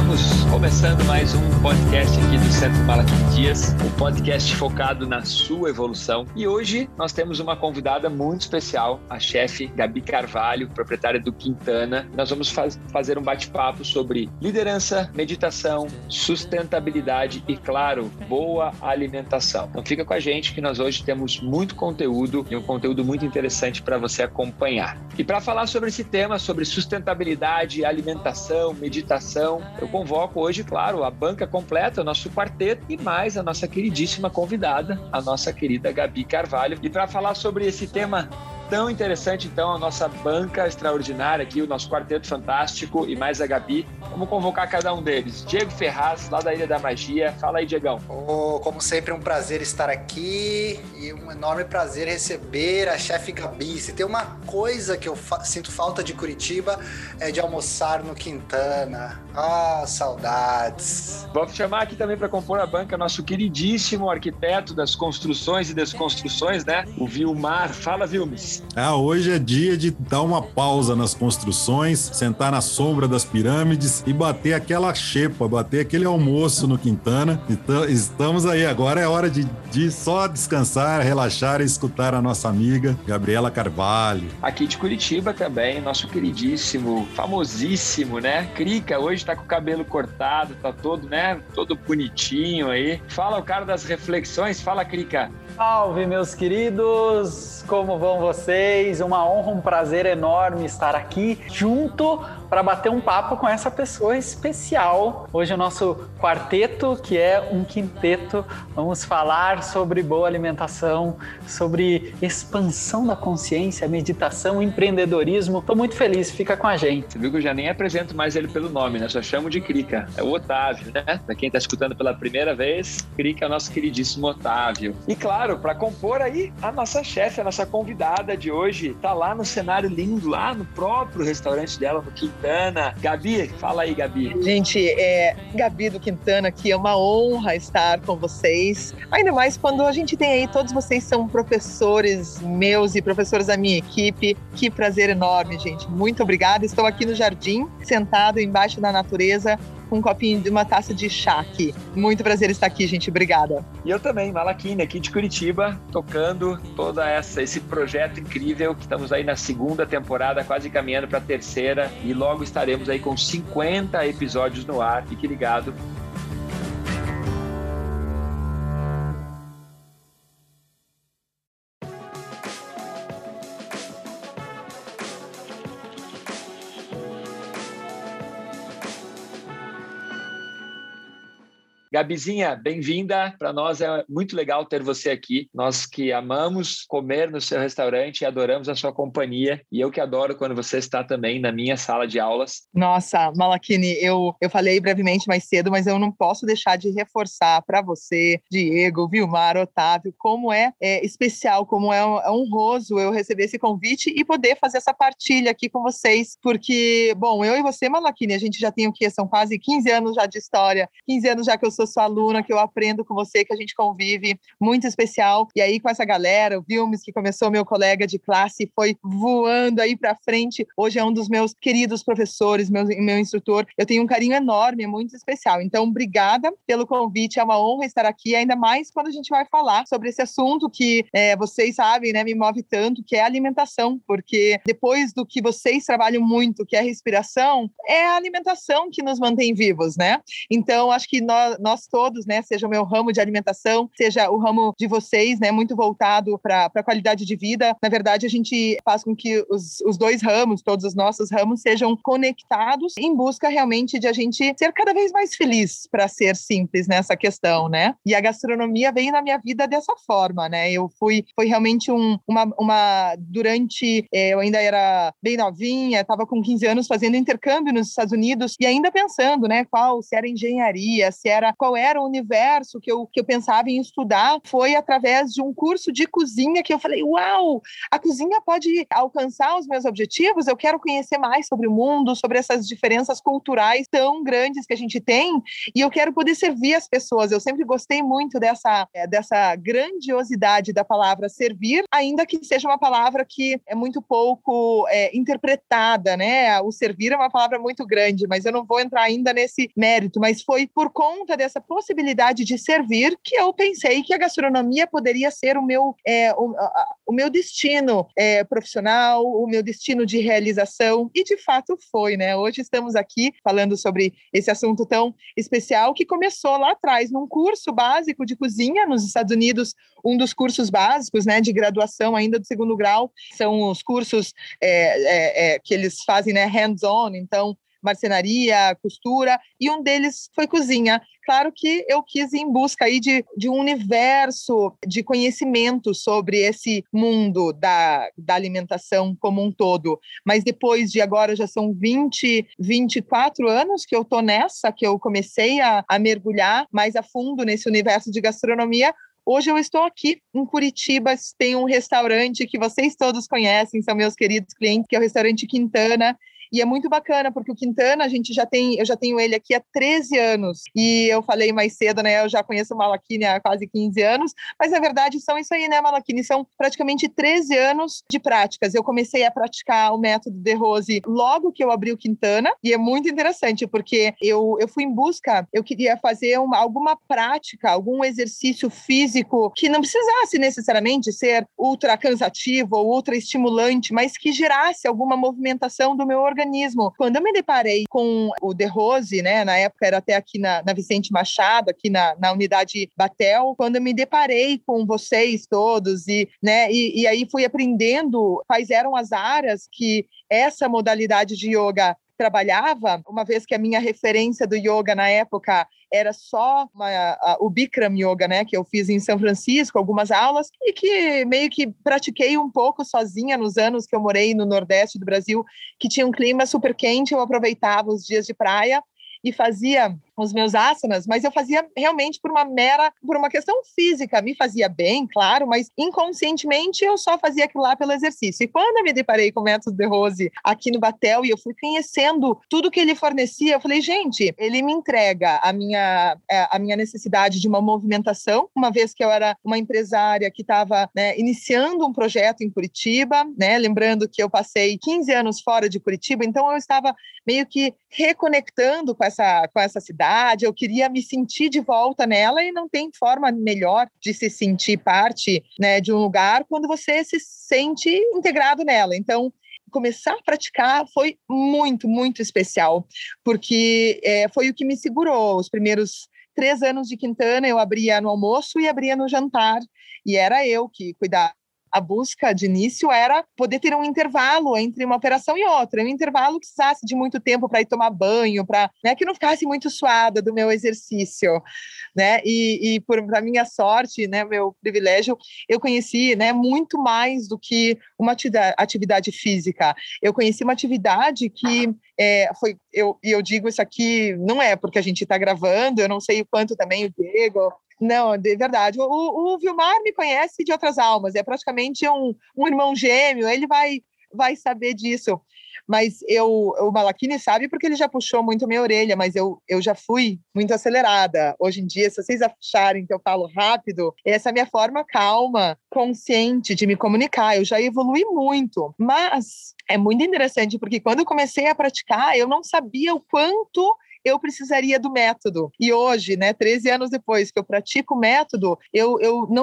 Estamos começando mais um podcast aqui do Centro Malaquini Dias, um podcast focado na sua evolução. E hoje nós temos uma convidada muito especial, a chefe Gabi Carvalho, proprietária do Quintana. Nós vamos fazer um bate-papo sobre liderança, meditação, sustentabilidade e, claro, boa alimentação. Então fica com a gente que nós hoje temos muito conteúdo e um conteúdo muito interessante para você acompanhar. E para falar sobre esse tema, sobre sustentabilidade, alimentação, meditação, eu convoco hoje, claro, a banca completa, o nosso quarteto e mais a nossa queridíssima convidada, a nossa querida Gabi Carvalho. E para falar sobre esse tema tão interessante, então, a nossa banca extraordinária aqui, o nosso quarteto fantástico e mais a Gabi, vamos convocar cada um deles. Diego Ferraz, lá da Ilha da Magia. Fala aí, Diegão. Como sempre, um prazer estar aqui e um enorme prazer receber a chefe Gabi. Se tem uma coisa que eu sinto falta de Curitiba, é de almoçar no Quintana. Ah, saudades. Vamos chamar aqui também para compor a banca nosso queridíssimo arquiteto das construções e desconstruções, né? O Vilmar. Fala, Vilmes. Hoje é dia de dar uma pausa nas construções, sentar na sombra das pirâmides e bater aquela xepa, bater aquele almoço no Quintana. Então, estamos aí, agora é hora de só descansar, relaxar e escutar a nossa amiga Gabriela Carvalho. Aqui de Curitiba também, nosso queridíssimo, famosíssimo, né? Crica, hoje tá com o cabelo cortado, tá todo, né? Todo bonitinho aí. Fala o cara das reflexões, fala, Crica. Salve, meus queridos! Como vão vocês? Uma honra, um prazer enorme estar aqui junto para bater um papo com essa pessoa especial. Hoje o nosso quarteto, que é um quinteto, vamos falar sobre boa alimentação, sobre expansão da consciência, meditação, empreendedorismo. Estou muito feliz, fica com a gente. Você viu que eu já nem apresento mais ele pelo nome, né? Só chamo de Crica. É o Otávio, né? Para quem está escutando pela primeira vez, Crica é o nosso queridíssimo Otávio. E claro, para compor aí, a nossa chefe, a nossa convidada de hoje, tá lá no cenário lindo, lá no próprio restaurante dela, no Quintana. Gabi, fala aí, Gabi. Gente, Gabi do Quintana aqui, é uma honra estar com vocês. Ainda mais quando a gente tem aí, todos vocês são professores meus e professores da minha equipe. Que prazer enorme, gente. Muito obrigada. Estou aqui no jardim, sentado embaixo da natureza, com um copinho de uma taça de chá aqui. Muito prazer estar aqui, gente. Obrigada. E eu também, Malaquini, aqui de Curitiba, tocando esse projeto incrível, que estamos aí na segunda temporada, quase caminhando para a terceira, e logo estaremos aí com 50 episódios no ar. Fique ligado. Gabizinha, bem-vinda. Para nós é muito legal ter você aqui. Nós que amamos comer no seu restaurante e adoramos a sua companhia. E eu que adoro quando você está também na minha sala de aulas. Nossa, Malaquini, eu falei brevemente mais cedo, mas eu não posso deixar de reforçar para você, Diego, Vilmar, Otávio, como é especial, como é honroso eu receber esse convite e poder fazer essa partilha aqui com vocês. Porque, bom, eu e você, Malaquini, a gente já tem o quê? São quase 15 anos já de história, 15 anos já que eu sou sua aluna, que eu aprendo com você, que a gente convive, muito especial. E aí com essa galera, o Vilmes, que começou meu colega de classe, foi voando aí pra frente. Hoje é um dos meus queridos professores, meu instrutor. Eu tenho um carinho enorme, é muito especial. Então, obrigada pelo convite, é uma honra estar aqui, ainda mais quando a gente vai falar sobre esse assunto que vocês sabem, né, me move tanto, que é a alimentação, porque depois do que vocês trabalham muito, que é a respiração, é a alimentação que nos mantém vivos, né? Então, acho que nós todos, né, seja o meu ramo de alimentação, seja o ramo de vocês, né, muito voltado para a qualidade de vida. Na verdade, a gente faz com que os dois ramos, todos os nossos ramos, sejam conectados em busca realmente de a gente ser cada vez mais feliz, para ser simples nessa questão, né? E a gastronomia veio na minha vida dessa forma, né? Foi realmente durante, eu ainda era bem novinha, estava com 15 anos fazendo intercâmbio nos Estados Unidos e ainda pensando, né, se era engenharia, qual era o universo que eu pensava em estudar, foi através de um curso de cozinha que eu falei, uau, a cozinha pode alcançar os meus objetivos, eu quero conhecer mais sobre o mundo, sobre essas diferenças culturais tão grandes que a gente tem, e eu quero poder servir as pessoas. Eu sempre gostei muito dessa grandiosidade da palavra servir, ainda que seja uma palavra que é muito pouco interpretada, né? O servir é uma palavra muito grande, mas eu não vou entrar ainda nesse mérito, mas foi por conta dessa possibilidade de servir que eu pensei que a gastronomia poderia ser o meu destino profissional, o meu destino de realização, e de fato foi, né? Hoje estamos aqui falando sobre esse assunto tão especial que começou lá atrás, num curso básico de cozinha nos Estados Unidos, um dos cursos básicos, né, de graduação ainda do segundo grau, são os cursos que eles fazem, né, hands-on, então marcenaria, costura, e um deles foi cozinha. Claro que eu quis ir em busca aí de um universo de conhecimento sobre esse mundo da alimentação como um todo. Mas depois de agora, já são 24 anos que eu estou nessa, que eu comecei a mergulhar mais a fundo nesse universo de gastronomia. Hoje eu estou aqui em Curitiba, tem um restaurante que vocês todos conhecem, são meus queridos clientes, que é o restaurante Quintana. E é muito bacana, porque o Quintana, eu já tenho ele aqui há 13 anos. E eu falei mais cedo, né? Eu já conheço o Malachini há quase 15 anos. Mas, na verdade, são isso aí, né, Malachini? São praticamente 13 anos de práticas. Eu comecei a praticar o método de Rose logo que eu abri o Quintana. E é muito interessante, porque eu fui em busca, eu queria fazer alguma prática, algum exercício físico que não precisasse necessariamente ser ultra cansativo ou ultra estimulante, mas que gerasse alguma movimentação do meu organismo. Quando eu me deparei com o De Rose, né, na época era até aqui na Vicente Machado, aqui na unidade Batel, quando eu me deparei com vocês todos e aí fui aprendendo quais eram as áreas que essa modalidade de yoga trabalhava, uma vez que a minha referência do yoga na época era só o Bikram Yoga, né, que eu fiz em São Francisco, algumas aulas, e que meio que pratiquei um pouco sozinha nos anos que eu morei no Nordeste do Brasil, que tinha um clima super quente, eu aproveitava os dias de praia e fazia os meus asanas, mas eu fazia realmente por uma questão física, me fazia bem, claro, mas inconscientemente eu só fazia aquilo lá pelo exercício. E quando eu me deparei com o método De Rose aqui no Batel e eu fui conhecendo tudo que ele fornecia, eu falei, gente, ele me entrega a minha necessidade de uma movimentação, uma vez que eu era uma empresária que estava, né, iniciando um projeto em Curitiba, né, lembrando que eu passei 15 anos fora de Curitiba, então eu estava meio que reconectando com essa cidade, eu queria me sentir de volta nela e não tem forma melhor de se sentir parte, né, de um lugar quando você se sente integrado nela. Então, começar a praticar foi muito, muito especial, porque foi o que me segurou. Os primeiros 3 anos de Quintana eu abria no almoço e abria no jantar, e era eu que cuidava. A busca de início era poder ter um intervalo entre uma operação e outra, um intervalo que precisasse de muito tempo para ir tomar banho, para, né, que não ficasse muito suada do meu exercício, né? E para minha sorte, né, meu privilégio, eu conheci, né, muito mais do que uma atividade física. Eu conheci uma atividade que eu digo isso aqui, não é porque a gente está gravando, eu não sei o quanto também o Diego. Não, de verdade. O Vilmar me conhece de outras almas, é praticamente um irmão gêmeo, ele vai saber disso. Mas o Malachini sabe porque ele já puxou muito a minha orelha, mas eu já fui muito acelerada. Hoje em dia, se vocês acharem que eu falo rápido, essa é a minha forma calma, consciente de me comunicar. Eu já evolui muito, mas é muito interessante porque quando eu comecei a praticar, eu não sabia o quanto eu precisaria do método. E hoje, né, 13 anos depois que eu pratico o método, eu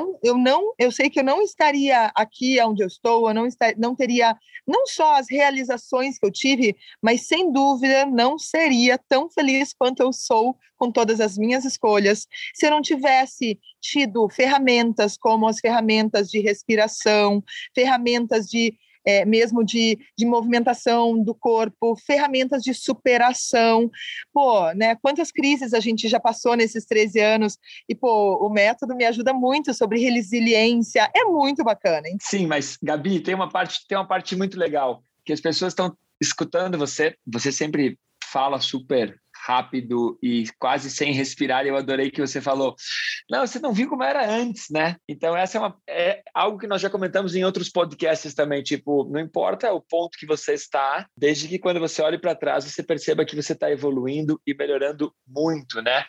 sei que eu não estaria aqui onde eu estou, eu não teria não só as realizações que eu tive, mas sem dúvida não seria tão feliz quanto eu sou com todas as minhas escolhas se eu não tivesse tido ferramentas como as ferramentas de respiração, ferramentas mesmo de movimentação do corpo, ferramentas de superação. Pô, né? Quantas crises a gente já passou nesses 13 anos e, pô, o método me ajuda muito sobre resiliência. É muito bacana, hein? Sim, mas, Gabi, tem uma parte muito legal, que as pessoas estão escutando você sempre fala super rápido e quase sem respirar. Eu adorei que você falou, não, você não viu como era antes, né? Então, essa é algo que nós já comentamos em outros podcasts também, tipo, não importa o ponto que você está, desde que quando você olhe para trás, você perceba que você está evoluindo e melhorando muito, né?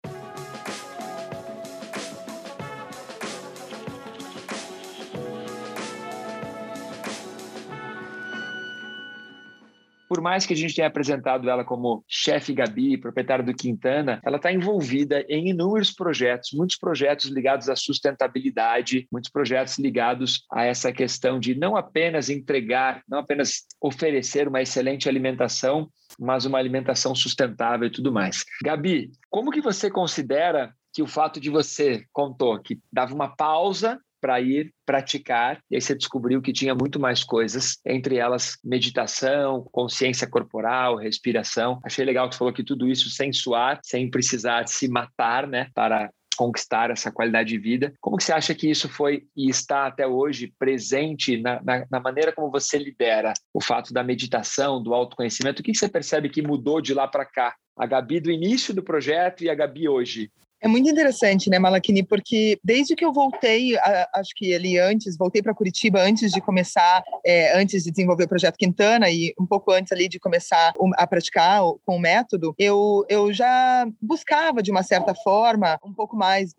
Por mais que a gente tenha apresentado ela como chefe Gabi, proprietária do Quintana, ela está envolvida em inúmeros projetos, muitos projetos ligados à sustentabilidade, muitos projetos ligados a essa questão de não apenas entregar, não apenas oferecer uma excelente alimentação, mas uma alimentação sustentável e tudo mais. Gabi, como que você considera que o fato de você contou que dava uma pausa para ir praticar, e aí você descobriu que tinha muito mais coisas, entre elas meditação, consciência corporal, respiração. Achei legal que você falou que tudo isso sem suar, sem precisar se matar, né, para conquistar essa qualidade de vida. Como que você acha que isso foi e está até hoje presente na maneira como você lidera o fato da meditação, do autoconhecimento? O que você percebe que mudou de lá para cá? A Gabi do início do projeto e a Gabi hoje? É muito interessante, né, Malakini, porque desde que eu voltei, acho que voltei para Curitiba antes de começar, antes de desenvolver o Projeto Quintana e um pouco antes ali de começar a praticar com o método, eu já buscava, de uma certa forma, um pouco mais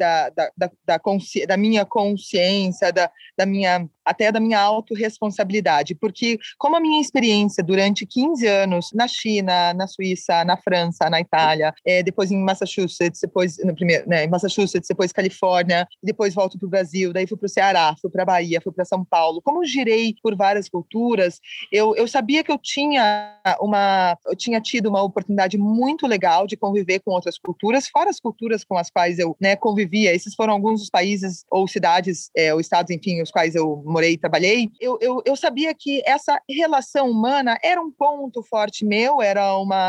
da minha consciência, até da minha autorresponsabilidade, porque como a minha experiência durante 15 anos na China, na Suíça, na França, na Itália, depois em Massachusetts, depois em Massachusetts, depois Califórnia, depois volto para o Brasil, daí fui para o Ceará, fui para a Bahia, fui para São Paulo. Como eu girei por várias culturas, eu sabia que eu tinha tido uma oportunidade muito legal de conviver com outras culturas, fora as culturas com as quais eu, né, convivia. Esses foram alguns dos países ou cidades, ou estados, enfim, os quais eu morei e trabalhei. Eu sabia que essa relação humana era um ponto forte meu, era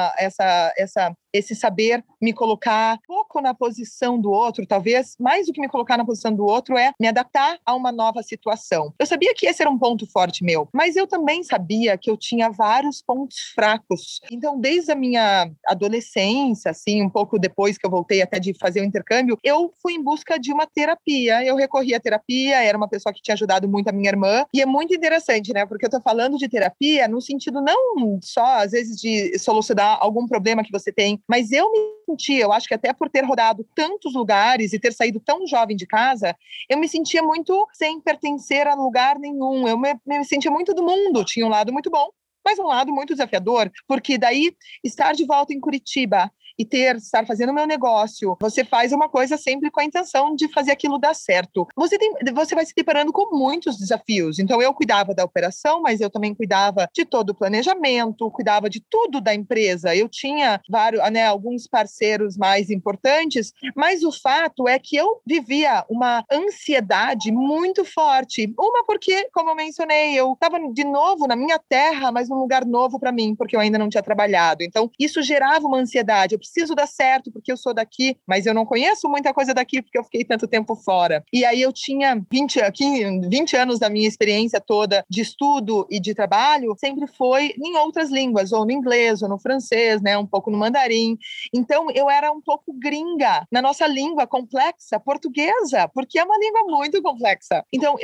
esse saber me colocar um pouco na posição do outro, talvez mais do que me colocar na posição do outro é me adaptar a uma nova situação. Eu sabia que esse era um ponto forte meu, mas eu também sabia que eu tinha vários pontos fracos. Então, desde a minha adolescência, assim, um pouco depois que eu voltei até de fazer o intercâmbio, eu fui em busca de uma terapia. Eu recorri à terapia, era uma pessoa que tinha ajudado muito a minha irmã, e é muito interessante, né? Porque eu tô falando de terapia no sentido não só, às vezes, de solucionar algum problema que você tem, mas eu me sentia, eu acho que até por ter rodado tantos lugares e ter saído tão jovem de casa, eu me sentia muito sem pertencer a lugar nenhum. Eu me sentia muito do mundo. Tinha um lado muito bom, mas um lado muito desafiador, porque daí estar de volta em Curitiba e estar fazendo o meu negócio, você faz uma coisa sempre com a intenção de fazer aquilo dar certo. Você vai se deparando com muitos desafios. Então, eu cuidava da operação, mas eu também cuidava de todo o planejamento, cuidava de tudo da empresa. Eu tinha alguns parceiros mais importantes, mas o fato é que eu vivia uma ansiedade muito forte. Uma porque, como eu mencionei, eu estava de novo na minha terra, mas num lugar novo para mim, porque eu ainda não tinha trabalhado. Então, isso gerava uma ansiedade. Eu preciso dar certo porque eu sou daqui, mas eu não conheço muita coisa daqui porque eu fiquei tanto tempo fora. E aí eu tinha 20 anos da minha experiência toda de estudo e de trabalho, sempre foi em outras línguas, ou no inglês, ou no francês, né, um pouco no mandarim. Então, eu era um pouco gringa na nossa língua complexa, portuguesa, porque é uma língua muito complexa. Então,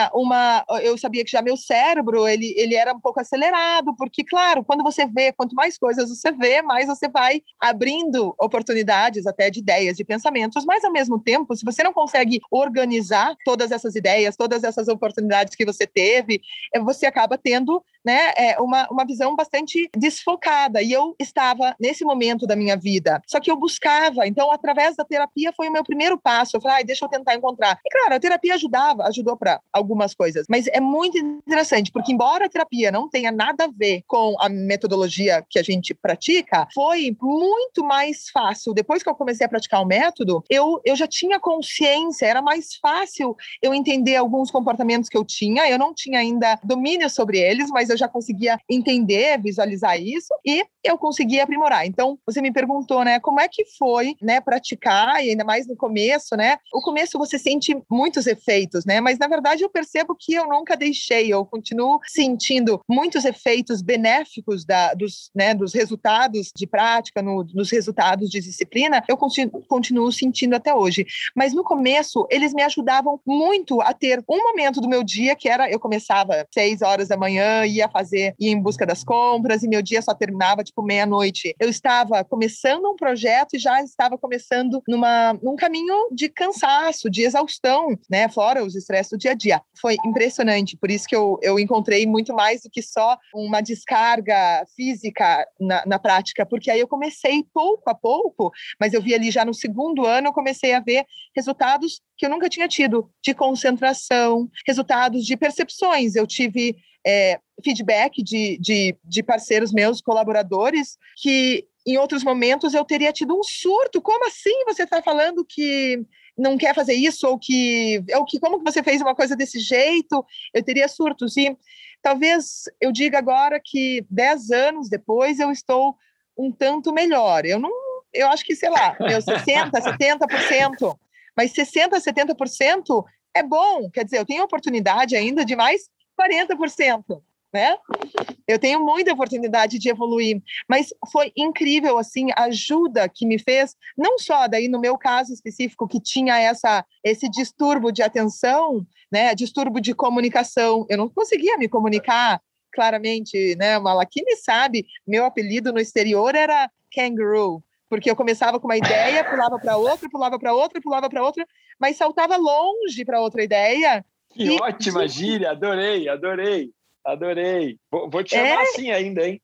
eu sabia que já meu cérebro, ele era um pouco acelerado, porque, claro, quando você vê, quanto mais coisas você vê, mais você vai abrindo oportunidades até de ideias, de pensamentos, mas ao mesmo tempo, se você não consegue organizar todas essas ideias, todas essas oportunidades que você teve, você acaba tendo, né, uma visão bastante desfocada. E eu estava nesse momento da minha vida, só que eu buscava. Então, através da terapia foi o meu primeiro passo. Eu falei, deixa eu tentar encontrar. E claro, a terapia ajudou para algumas coisas, mas é muito interessante, porque embora a terapia não tenha nada a ver com a metodologia que a gente pratica, foi muito mais fácil. Depois que eu comecei a praticar o método, eu já tinha consciência, era mais fácil eu entender alguns comportamentos que eu tinha. Eu não tinha ainda domínio sobre eles, mas eu eu já conseguia entender, visualizar isso, e eu conseguia aprimorar. Então, você me perguntou, né, como é que foi, né, praticar, e ainda mais no começo, né? O começo você sente muitos efeitos, né? Mas, na verdade, eu percebo que eu nunca deixei, eu continuo sentindo muitos efeitos benéficos dos resultados de prática, nos resultados de disciplina, eu continuo sentindo até hoje. Mas, no começo, eles me ajudavam muito a ter um momento do meu dia que era, eu começava 6 horas da manhã, ia em busca das compras, e meu dia só terminava, tipo, meia-noite. Eu estava começando um projeto e já estava começando num caminho de cansaço, de exaustão, né? Fora os estresses do dia a dia. Foi impressionante, por isso que eu encontrei muito mais do que só uma descarga física na prática, porque aí eu comecei pouco a pouco, mas eu vi ali já no segundo ano, eu comecei a ver resultados que eu nunca tinha tido, de concentração, resultados de percepções. Eu tive feedback de parceiros meus, colaboradores, que em outros momentos eu teria tido um surto. Como assim você está falando que não quer fazer isso? Ou como que você fez uma coisa desse jeito? Eu teria surtos. E talvez eu diga agora que 10 anos depois eu estou um tanto melhor. Eu acho que, sei lá, 60%, 70%. Mas 60%, 70% é bom. Quer dizer, eu tenho oportunidade ainda de mais 40%, né? Eu tenho muita oportunidade de evoluir, mas foi incrível, assim, a ajuda que me fez, não só daí no meu caso específico, que tinha esse distúrbio de atenção, né, distúrbio de comunicação, eu não conseguia me comunicar claramente, né, Malakini sabe, meu apelido no exterior era Kangaroo, porque eu começava com uma ideia, pulava para outra, pulava para outra, pulava para outra, mas saltava longe para outra ideia. Que ótima gíria, adorei. Vou te chamar assim ainda, hein?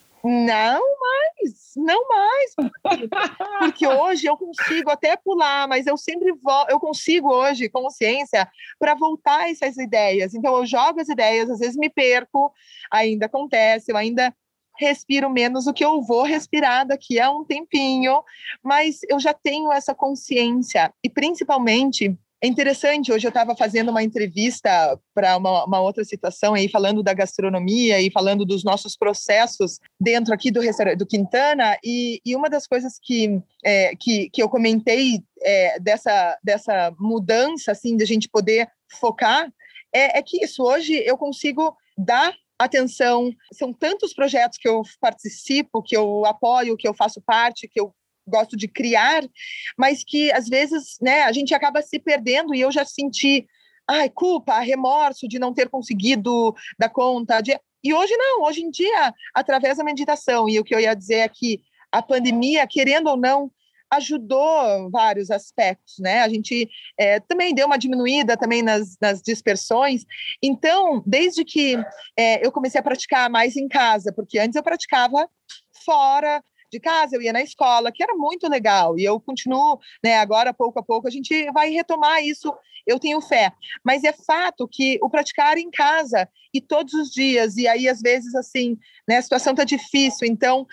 Não mais. Porque hoje eu consigo até pular, mas eu consigo hoje, consciência, para voltar a essas ideias. Então eu jogo as ideias, às vezes me perco, ainda acontece, eu ainda respiro menos do que eu vou respirar daqui a um tempinho, mas eu já tenho essa consciência. E principalmente, é interessante, hoje eu estava fazendo uma entrevista para uma outra situação aí, falando da gastronomia e falando dos nossos processos dentro aqui do Quintana, e uma das coisas que eu comentei dessa mudança, assim, de a gente poder focar, é que isso, hoje eu consigo dar atenção, são tantos projetos que eu participo, que eu apoio, que eu faço parte, que eu gosto de criar, mas que às vezes, né, a gente acaba se perdendo, e eu já senti culpa, remorso de não ter conseguido dar conta. E hoje não, hoje em dia, através da meditação, e o que eu ia dizer é que a pandemia, querendo ou não, ajudou vários aspectos, né? A gente também deu uma diminuída também nas dispersões. Então, desde que eu comecei a praticar mais em casa, porque antes eu praticava fora de casa, eu ia na escola, que era muito legal, e eu continuo, né, agora, pouco a pouco, a gente vai retomar isso, eu tenho fé. Mas é fato que o praticar em casa, e todos os dias, e aí, às vezes, assim, né, a situação tá difícil, então,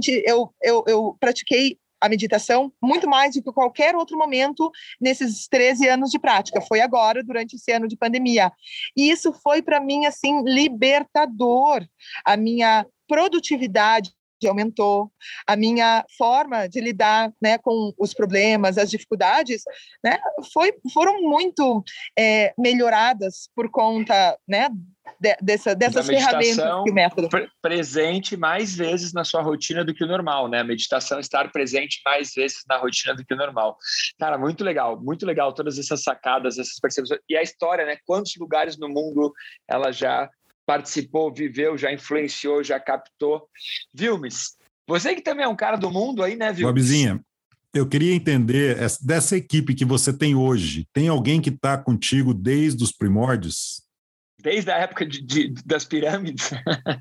eu pratiquei a meditação muito mais do que qualquer outro momento nesses 13 anos de prática. Foi agora, durante esse ano de pandemia. E isso foi, para mim, assim, libertador. A minha produtividade aumentou, a minha forma de lidar, né, com os problemas, as dificuldades, né, foram muito melhoradas por conta, né, dessas ferramentas que o método presente mais vezes na sua rotina do que o normal, né? A meditação estar presente mais vezes na rotina do que o normal. Cara, muito legal todas essas sacadas, essas percepções. E a história, né? Quantos lugares no mundo ela já participou, viveu, já influenciou, já captou. Vilmes, você que também é um cara do mundo aí, né, Vilmes? Bobizinha, eu queria entender, dessa equipe que você tem hoje, tem alguém que está contigo desde os primórdios? Desde a época das pirâmides?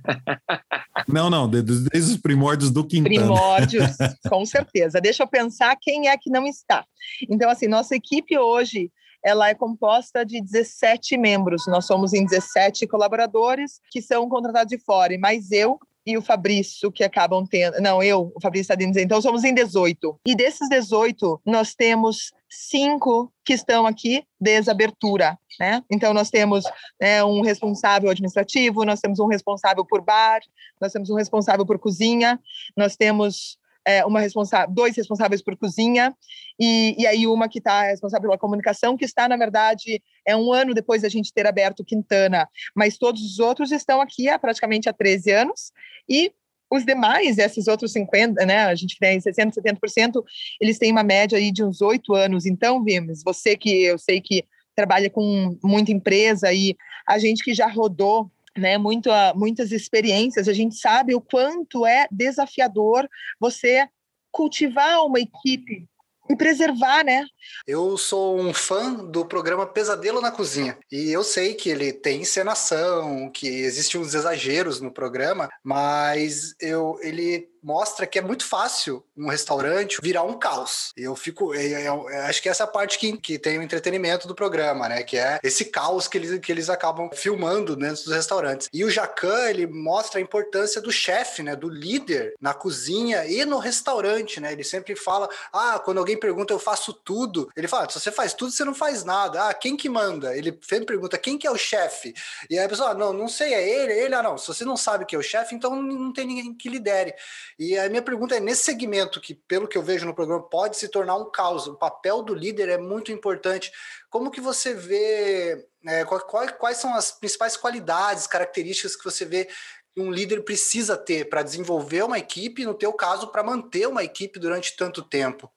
Não, desde os primórdios do Quintana. Primórdios, com certeza. Deixa eu pensar quem é que não está. Então, assim, nossa equipe hoje, ela é composta de 17 membros. Nós somos em 17 colaboradores que são contratados de fora, mas eu e o Fabrício, que acabam tendo... Não, o Fabrício está dizendo, então somos em 18. E desses 18, nós temos 5 que estão aqui desde a abertura, né? Então, nós temos um responsável administrativo, nós temos um responsável por bar, nós temos um responsável por cozinha, nós temos 2 responsáveis por cozinha, e aí uma que está responsável pela comunicação, que está, na verdade, 1 ano depois da gente ter aberto Quintana, mas todos os outros estão aqui praticamente há 13 anos, e os demais, esses outros 50%, né, a gente tem 60%, 70%, eles têm uma média aí de uns 8 anos. Então, Vimes, você que eu sei que trabalha com muita empresa e a gente que já rodou, né, muitas experiências, a gente sabe o quanto é desafiador você cultivar uma equipe e preservar, né? Eu sou um fã do programa Pesadelo na Cozinha, e eu sei que ele tem encenação, que existem uns exageros no programa, mas ele mostra que é muito fácil um restaurante virar um caos. Eu acho que essa é a parte que tem o entretenimento do programa, né? Que é esse caos que eles acabam filmando dentro dos restaurantes. E o Jacan, ele mostra a importância do chefe, né? Do líder na cozinha e no restaurante, né? Ele sempre fala, quando alguém pergunta, eu faço tudo. Ele fala, se você faz tudo, você não faz nada. Quem que manda? Ele sempre pergunta, quem que é o chefe? E aí a pessoa, não sei, é ele, não. Se você não sabe que é o chefe, então não tem ninguém que lidere. E a minha pergunta é, nesse segmento que, pelo que eu vejo no programa, pode se tornar um caos, o papel do líder é muito importante. Como que você vê, quais são as principais qualidades, características que você vê que um líder precisa ter para desenvolver uma equipe, no teu caso, para manter uma equipe durante tanto tempo?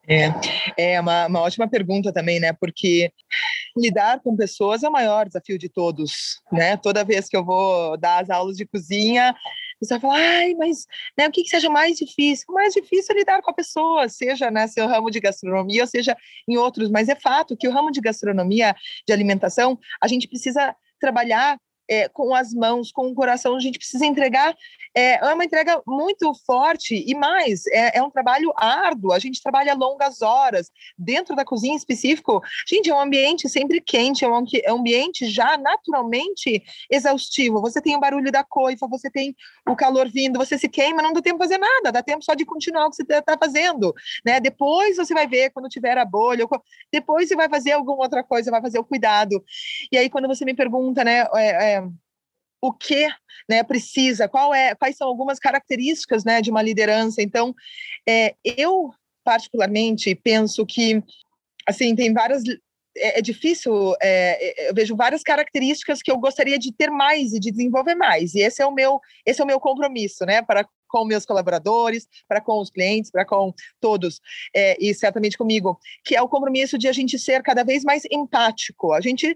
É uma ótima pergunta também, né? Porque lidar com pessoas é o maior desafio de todos, né? Toda vez que eu vou dar as aulas de cozinha, você vai falar, mas né, o que seja mais difícil? O mais difícil é lidar com a pessoa, seja no seu ramo de gastronomia, ou seja em outros, mas é fato que o ramo de gastronomia, de alimentação, a gente precisa trabalhar com as mãos, com o coração, a gente precisa entregar, é uma entrega muito forte e mais, é um trabalho árduo, a gente trabalha longas horas, dentro da cozinha em específico, gente, é um ambiente sempre quente, é um ambiente já naturalmente exaustivo, você tem o barulho da coifa, você tem o calor vindo, você se queima, não dá tempo de fazer nada, dá tempo só de continuar o que você está fazendo, né? Depois você vai ver quando tiver a bolha, depois você vai fazer alguma outra coisa, vai fazer o cuidado, e aí quando você me pergunta, né, o que, né, precisa, quais são algumas características, né, de uma liderança. Então, eu particularmente penso que, assim, tem várias, é difícil, eu vejo várias características que eu gostaria de ter mais e de desenvolver mais, e esse é o meu compromisso, né, com meus colaboradores, para com os clientes, para com todos, e certamente comigo, que é o compromisso de a gente ser cada vez mais empático. A gente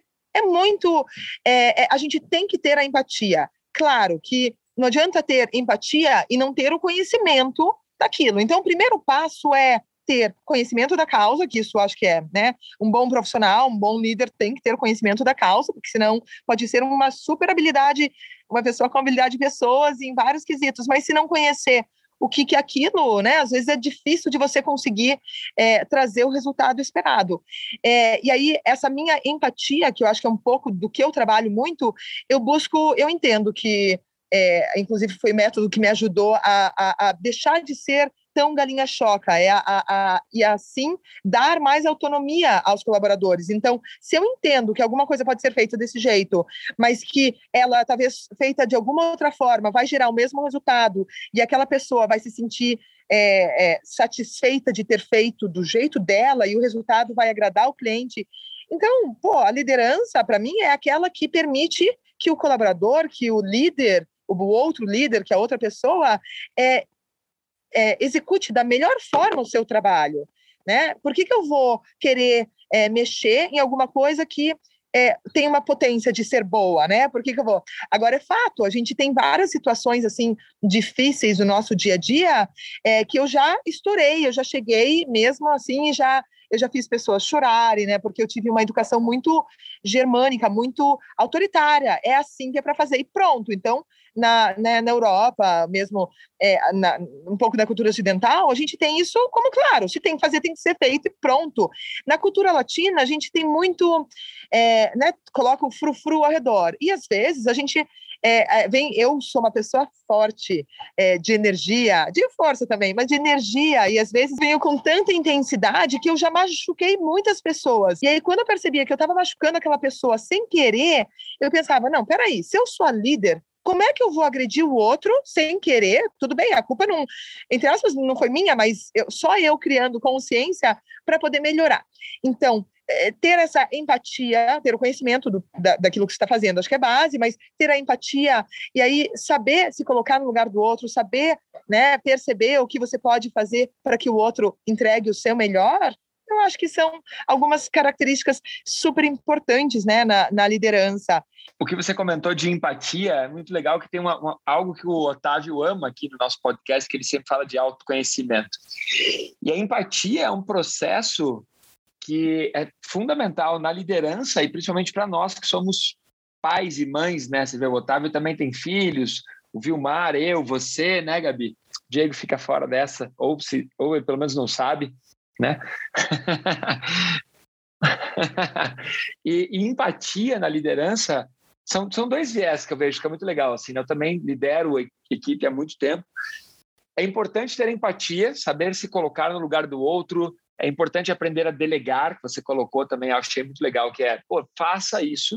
a gente tem que ter a empatia. Claro que não adianta ter empatia e não ter o conhecimento daquilo. Então, o primeiro passo é ter conhecimento da causa, que isso acho que é, né? Um bom profissional, um bom líder tem que ter o conhecimento da causa, porque senão pode ser uma super habilidade, uma pessoa com habilidade de pessoas em vários quesitos, mas se não conhecer o que é aquilo, né? Às vezes é difícil de você conseguir trazer o resultado esperado. E aí, essa minha empatia, que eu acho que é um pouco do que eu trabalho muito, eu entendo que, inclusive foi método que me ajudou a deixar de ser tão galinha-choca, e assim dar mais autonomia aos colaboradores. Então, se eu entendo que alguma coisa pode ser feita desse jeito, mas que ela, talvez feita de alguma outra forma, vai gerar o mesmo resultado, e aquela pessoa vai se sentir satisfeita de ter feito do jeito dela, e o resultado vai agradar o cliente. Então, a liderança, para mim, é aquela que permite que o colaborador, que o líder, o outro líder, que a outra pessoa, execute da melhor forma o seu trabalho, né? Por que eu vou querer mexer em alguma coisa que tem uma potência de ser boa, né? Por que eu vou? Agora, é fato, a gente tem várias situações, assim, difíceis no nosso dia a dia, que eu já estourei, eu já cheguei mesmo, assim, eu já fiz pessoas chorarem, né? Porque eu tive uma educação muito germânica, muito autoritária. É assim que é para fazer e pronto. Então, na Europa, mesmo um pouco da cultura ocidental, a gente tem isso como claro. Se tem que fazer, tem que ser feito e pronto. Na cultura latina, a gente tem muito, né? Coloca o frufru ao redor. E às vezes a gente eu sou uma pessoa forte, de energia, de força também, mas de energia, e às vezes venho com tanta intensidade que eu já machuquei muitas pessoas. E aí, quando eu percebia que eu estava machucando aquela pessoa sem querer, eu pensava, não, peraí, se eu sou a líder, como é que eu vou agredir o outro sem querer? Tudo bem, a culpa não, entre aspas, não foi minha, mas só eu criando consciência para poder melhorar. Então, ter essa empatia, ter o conhecimento daquilo que você está fazendo, acho que é base, mas ter a empatia e aí saber se colocar no lugar do outro, saber, né, perceber o que você pode fazer para que o outro entregue o seu melhor, eu acho que são algumas características super importantes, né, na liderança. O que você comentou de empatia é muito legal, que tem algo que o Otávio ama aqui no nosso podcast, que ele sempre fala de autoconhecimento. E a empatia é um processo que é fundamental na liderança e principalmente para nós que somos pais e mães, né? Você vê, o Otávio também tem filhos, o Vilmar, eu, você, né, Gabi? O Diego fica fora dessa, ou ele pelo menos não sabe, né? e empatia na liderança são dois viés que eu vejo que é muito legal. Assim, né? Eu também lidero a equipe há muito tempo. É importante ter empatia, saber se colocar no lugar do outro. É importante aprender a delegar, que você colocou também, eu achei muito legal, que é, faça isso.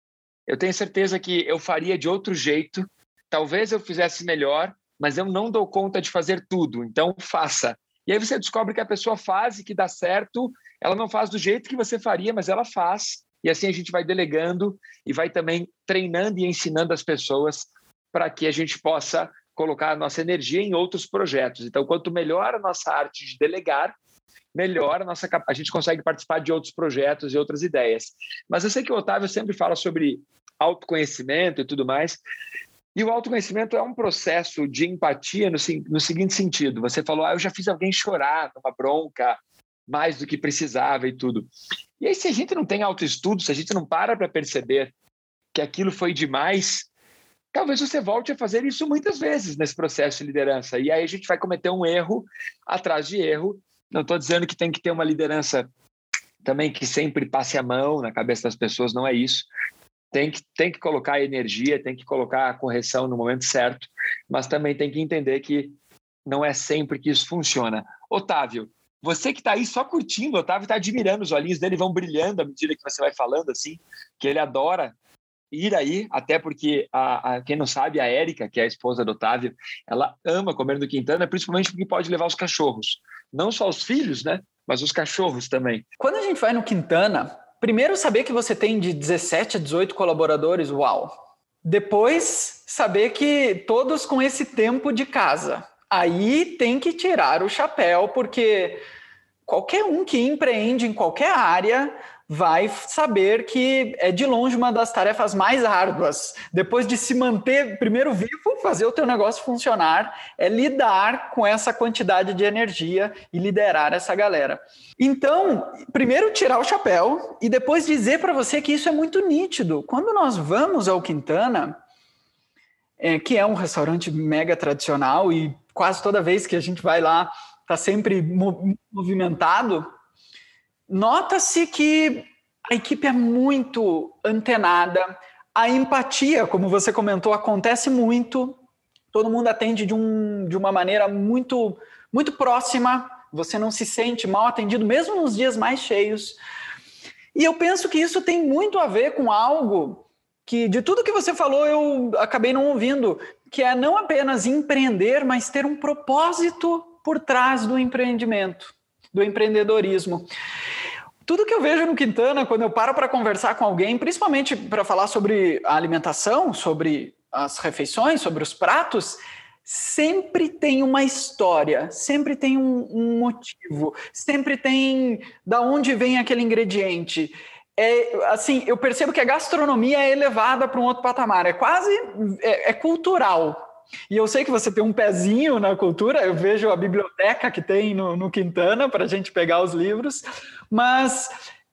Eu tenho certeza que eu faria de outro jeito. Talvez eu fizesse melhor, mas eu não dou conta de fazer tudo. Então, faça. E aí você descobre que a pessoa faz e que dá certo. Ela não faz do jeito que você faria, mas ela faz. E assim a gente vai delegando e vai também treinando e ensinando as pessoas para que a gente possa colocar a nossa energia em outros projetos. Então, quanto melhor a nossa arte de delegar, melhor a gente consegue participar de outros projetos e outras ideias. Mas eu sei que o Otávio sempre fala sobre autoconhecimento e tudo mais. E o autoconhecimento é um processo de empatia no seguinte sentido. Você falou, eu já fiz alguém chorar numa bronca mais do que precisava e tudo. E aí, se a gente não tem autoestudo, se a gente não para perceber que aquilo foi demais, talvez você volte a fazer isso muitas vezes nesse processo de liderança. E aí a gente vai cometer um erro atrás de erro. Não estou dizendo que tem que ter uma liderança também que sempre passe a mão na cabeça das pessoas, não é isso. Tem que colocar energia, tem que colocar a correção no momento certo, mas também tem que entender que não é sempre que isso funciona. Otávio, você que está aí só curtindo, o Otávio está admirando, os olhinhos dele vão brilhando à medida que você vai falando, assim, que ele adora ir aí, até porque, quem não sabe, a Érica, que é a esposa do Otávio, ela ama comer no Quintana, principalmente porque pode levar os cachorros. Não só os filhos, né? Mas os cachorros também. Quando a gente vai no Quintana, primeiro saber que você tem de 17 a 18 colaboradores, uau. Depois, saber que todos com esse tempo de casa. Aí tem que tirar o chapéu, porque qualquer um que empreende em qualquer área vai saber que é de longe uma das tarefas mais árduas. Depois de se manter primeiro vivo, fazer o teu negócio funcionar, é lidar com essa quantidade de energia e liderar essa galera. Então, primeiro tirar o chapéu e depois dizer para você que isso é muito nítido. Quando nós vamos ao Quintana, que é um restaurante mega tradicional e quase toda vez que a gente vai lá está sempre movimentado, nota-se que a equipe é muito antenada, a empatia, como você comentou, acontece muito, todo mundo atende de uma maneira muito, muito próxima, você não se sente mal atendido, mesmo nos dias mais cheios. E eu penso que isso tem muito a ver com algo que, de tudo que você falou, eu acabei não ouvindo, que é não apenas empreender, mas ter um propósito por trás do empreendimento, do empreendedorismo. Tudo que eu vejo no Quintana, quando eu paro para conversar com alguém, principalmente para falar sobre a alimentação, sobre as refeições, sobre os pratos, sempre tem uma história, sempre tem um motivo, sempre tem da onde vem aquele ingrediente. Assim, eu percebo que a gastronomia é elevada para um outro patamar, é cultural. E eu sei que você tem um pezinho na cultura, eu vejo a biblioteca que tem no Quintana para a gente pegar os livros, mas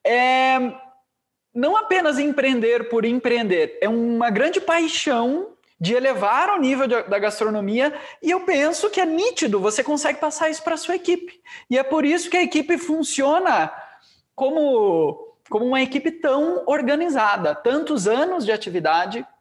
não apenas empreender por empreender, é uma grande paixão de elevar o nível da gastronomia, e eu penso que é nítido, você consegue passar isso para a sua equipe. E é por isso que a equipe funciona como uma equipe tão organizada, tantos anos de atividade,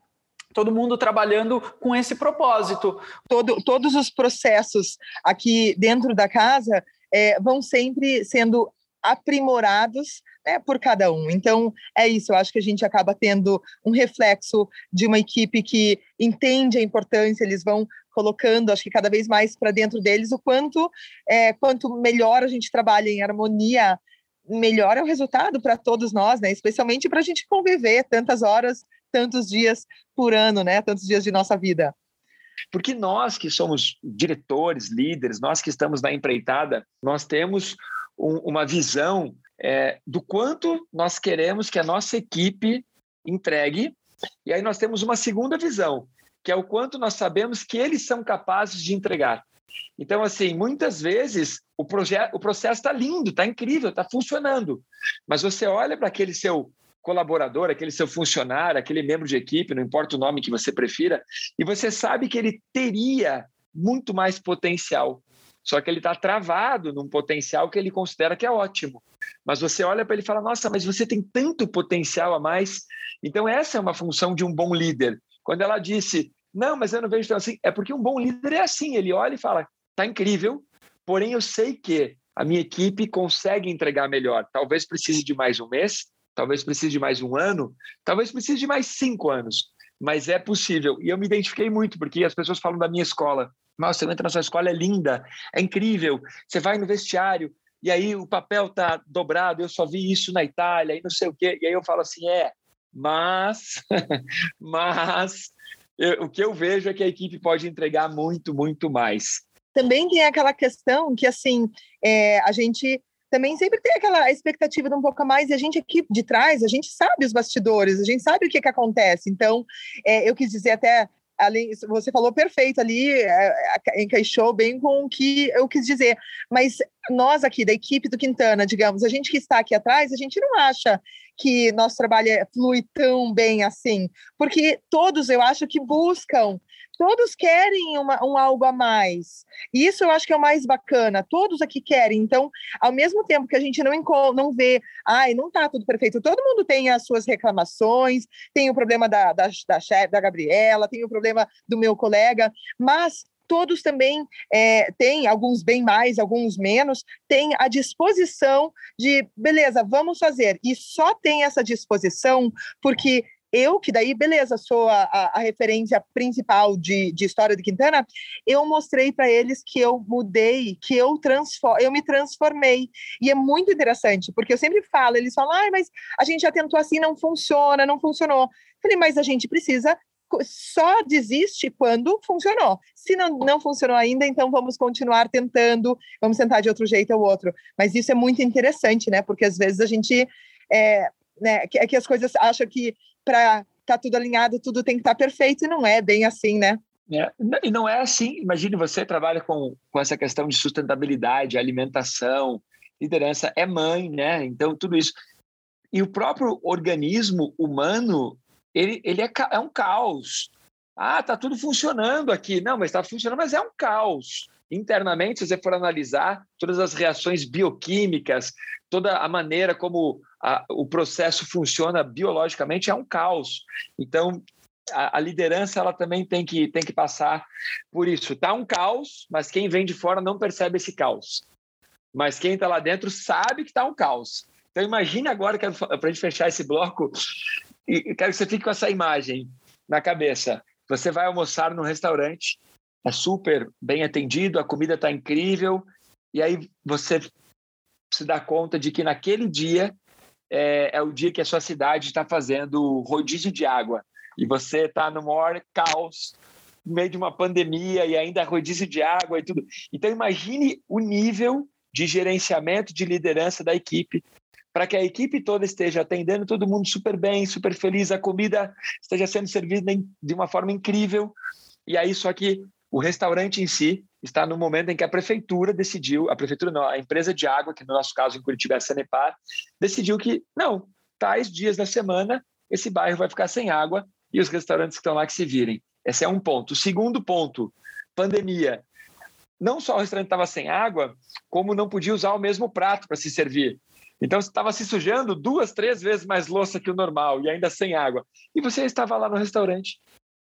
todo mundo trabalhando com esse propósito. Todos os processos aqui dentro da casa vão sempre sendo aprimorados, né, por cada um. Então, é isso. Eu acho que a gente acaba tendo um reflexo de uma equipe que entende a importância, eles vão colocando, acho que cada vez mais para dentro deles, o quanto melhor a gente trabalha em harmonia, melhor é o resultado para todos nós, né? Especialmente para a gente conviver tantas horas, tantos dias por ano, né? Tantos dias de nossa vida. Porque nós que somos diretores, líderes, nós que estamos na empreitada, nós temos uma visão do quanto nós queremos que a nossa equipe entregue, e aí nós temos uma segunda visão, que é o quanto nós sabemos que eles são capazes de entregar. Então, assim, muitas vezes o processo está lindo, está incrível, está funcionando, mas você olha para aquele seu colaborador, aquele seu funcionário, aquele membro de equipe, não importa o nome que você prefira, e você sabe que ele teria muito mais potencial, só que ele está travado num potencial que ele considera que é ótimo. Mas você olha para ele e fala, nossa, mas você tem tanto potencial a mais. Então, essa é uma função de um bom líder. Quando ela disse, não, mas eu não vejo tão assim, é porque um bom líder é assim, ele olha e fala, está incrível, porém eu sei que a minha equipe consegue entregar melhor. Talvez precise de mais um mês, talvez precise de mais um ano, talvez precise de mais 5 anos, mas é possível. E eu me identifiquei muito, porque as pessoas falam da minha escola. Nossa, você entra na sua escola, é linda, é incrível. Você vai no vestiário e aí o papel está dobrado, eu só vi isso na Itália e não sei o quê. E aí eu falo assim, mas o que eu vejo é que a equipe pode entregar muito, muito mais. Também tem aquela questão que, assim, a gente também sempre tem aquela expectativa de um pouco a mais, e a gente aqui de trás, a gente sabe os bastidores, a gente sabe o que acontece. Então, eu quis dizer até, além, você falou perfeito ali, encaixou bem com o que eu quis dizer, mas nós aqui da equipe do Quintana, digamos, a gente que está aqui atrás, a gente não acha que nosso trabalho flui tão bem assim, porque todos, eu acho que buscam, todos querem um algo a mais, e isso eu acho que é o mais bacana, todos aqui querem. Então, ao mesmo tempo que a gente não vê, não está tudo perfeito, todo mundo tem as suas reclamações, tem o problema da chefe, da Gabriela, tem o problema do meu colega, mas todos também têm, alguns bem mais, alguns menos, têm a disposição de, beleza, vamos fazer, e só tem essa disposição porque eu, que daí, beleza, sou a referência principal de história de Quintana, eu mostrei para eles que eu mudei, que eu me transformei. E é muito interessante, porque eu sempre falo, eles falam, mas a gente já tentou assim, não funciona, não funcionou. Falei, mas a gente precisa, só desiste quando funcionou. Se não funcionou ainda, então vamos continuar tentando, vamos tentar de outro jeito ou outro. Mas isso é muito interessante, né? Porque às vezes a gente, que as coisas acham que para estar tudo alinhado, tudo tem que estar perfeito, e não é bem assim, né? E não é assim. Imagine, você trabalha com essa questão de sustentabilidade, alimentação, liderança, é mãe, né? Então, tudo isso. E o próprio organismo humano, ele é um caos. Tá tudo funcionando aqui. Não, mas está funcionando, mas é um caos. Internamente, se você for analisar todas as reações bioquímicas, toda a maneira como o processo funciona biologicamente, é um caos. Então, a liderança ela também tem que passar por isso. Está um caos, mas quem vem de fora não percebe esse caos. Mas quem está lá dentro sabe que está um caos. Então, imagine agora, para a gente fechar esse bloco, e quero que você fique com essa imagem na cabeça. Você vai almoçar num restaurante, é super bem atendido, a comida está incrível, e aí você se dá conta de que naquele dia é o dia que a sua cidade está fazendo rodízio de água, e você está no maior caos, no meio de uma pandemia, e ainda rodízio de água e tudo. Então, imagine o nível de gerenciamento, de liderança da equipe, para que a equipe toda esteja atendendo todo mundo super bem, super feliz, a comida esteja sendo servida de uma forma incrível, e aí só que o restaurante em si está no momento em que a prefeitura decidiu, a empresa de água, que no nosso caso em Curitiba é a Sanepar, decidiu que não, tais dias da semana esse bairro vai ficar sem água e os restaurantes que estão lá que se virem. Esse é um ponto. O segundo ponto, pandemia. Não só o restaurante estava sem água, como não podia usar o mesmo prato para se servir. Então, você estava se sujando 2, 3 vezes mais louça que o normal e ainda sem água. E você estava lá no restaurante.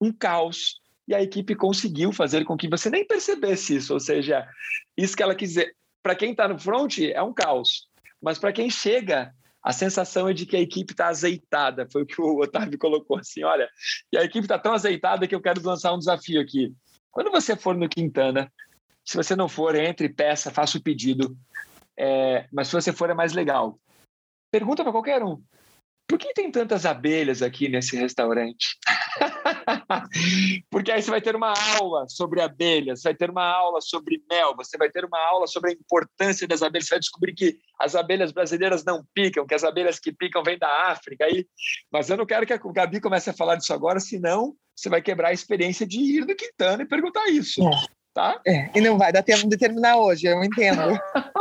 um caos. E a equipe conseguiu fazer com que você nem percebesse isso. Ou seja, isso que ela quis dizer. Para quem está no front, é um caos. Mas para quem chega, a sensação é de que a equipe está azeitada. Foi o que o Otávio colocou assim, olha, e a equipe está tão azeitada que eu quero lançar um desafio aqui. Quando você for no Quintana, se você não for, entre, peça, faça o pedido. Mas se você for, é mais legal. Pergunta para qualquer um. Por que tem tantas abelhas aqui nesse restaurante? Porque aí você vai ter uma aula sobre abelhas, vai ter uma aula sobre mel, você vai ter uma aula sobre a importância das abelhas, você vai descobrir que as abelhas brasileiras não picam, que as abelhas que picam vêm da África. Mas eu não quero que a Gabi comece a falar disso agora, senão você vai quebrar a experiência de ir no Quintana e perguntar isso. Tá? E não vai dar tempo de terminar hoje, eu entendo.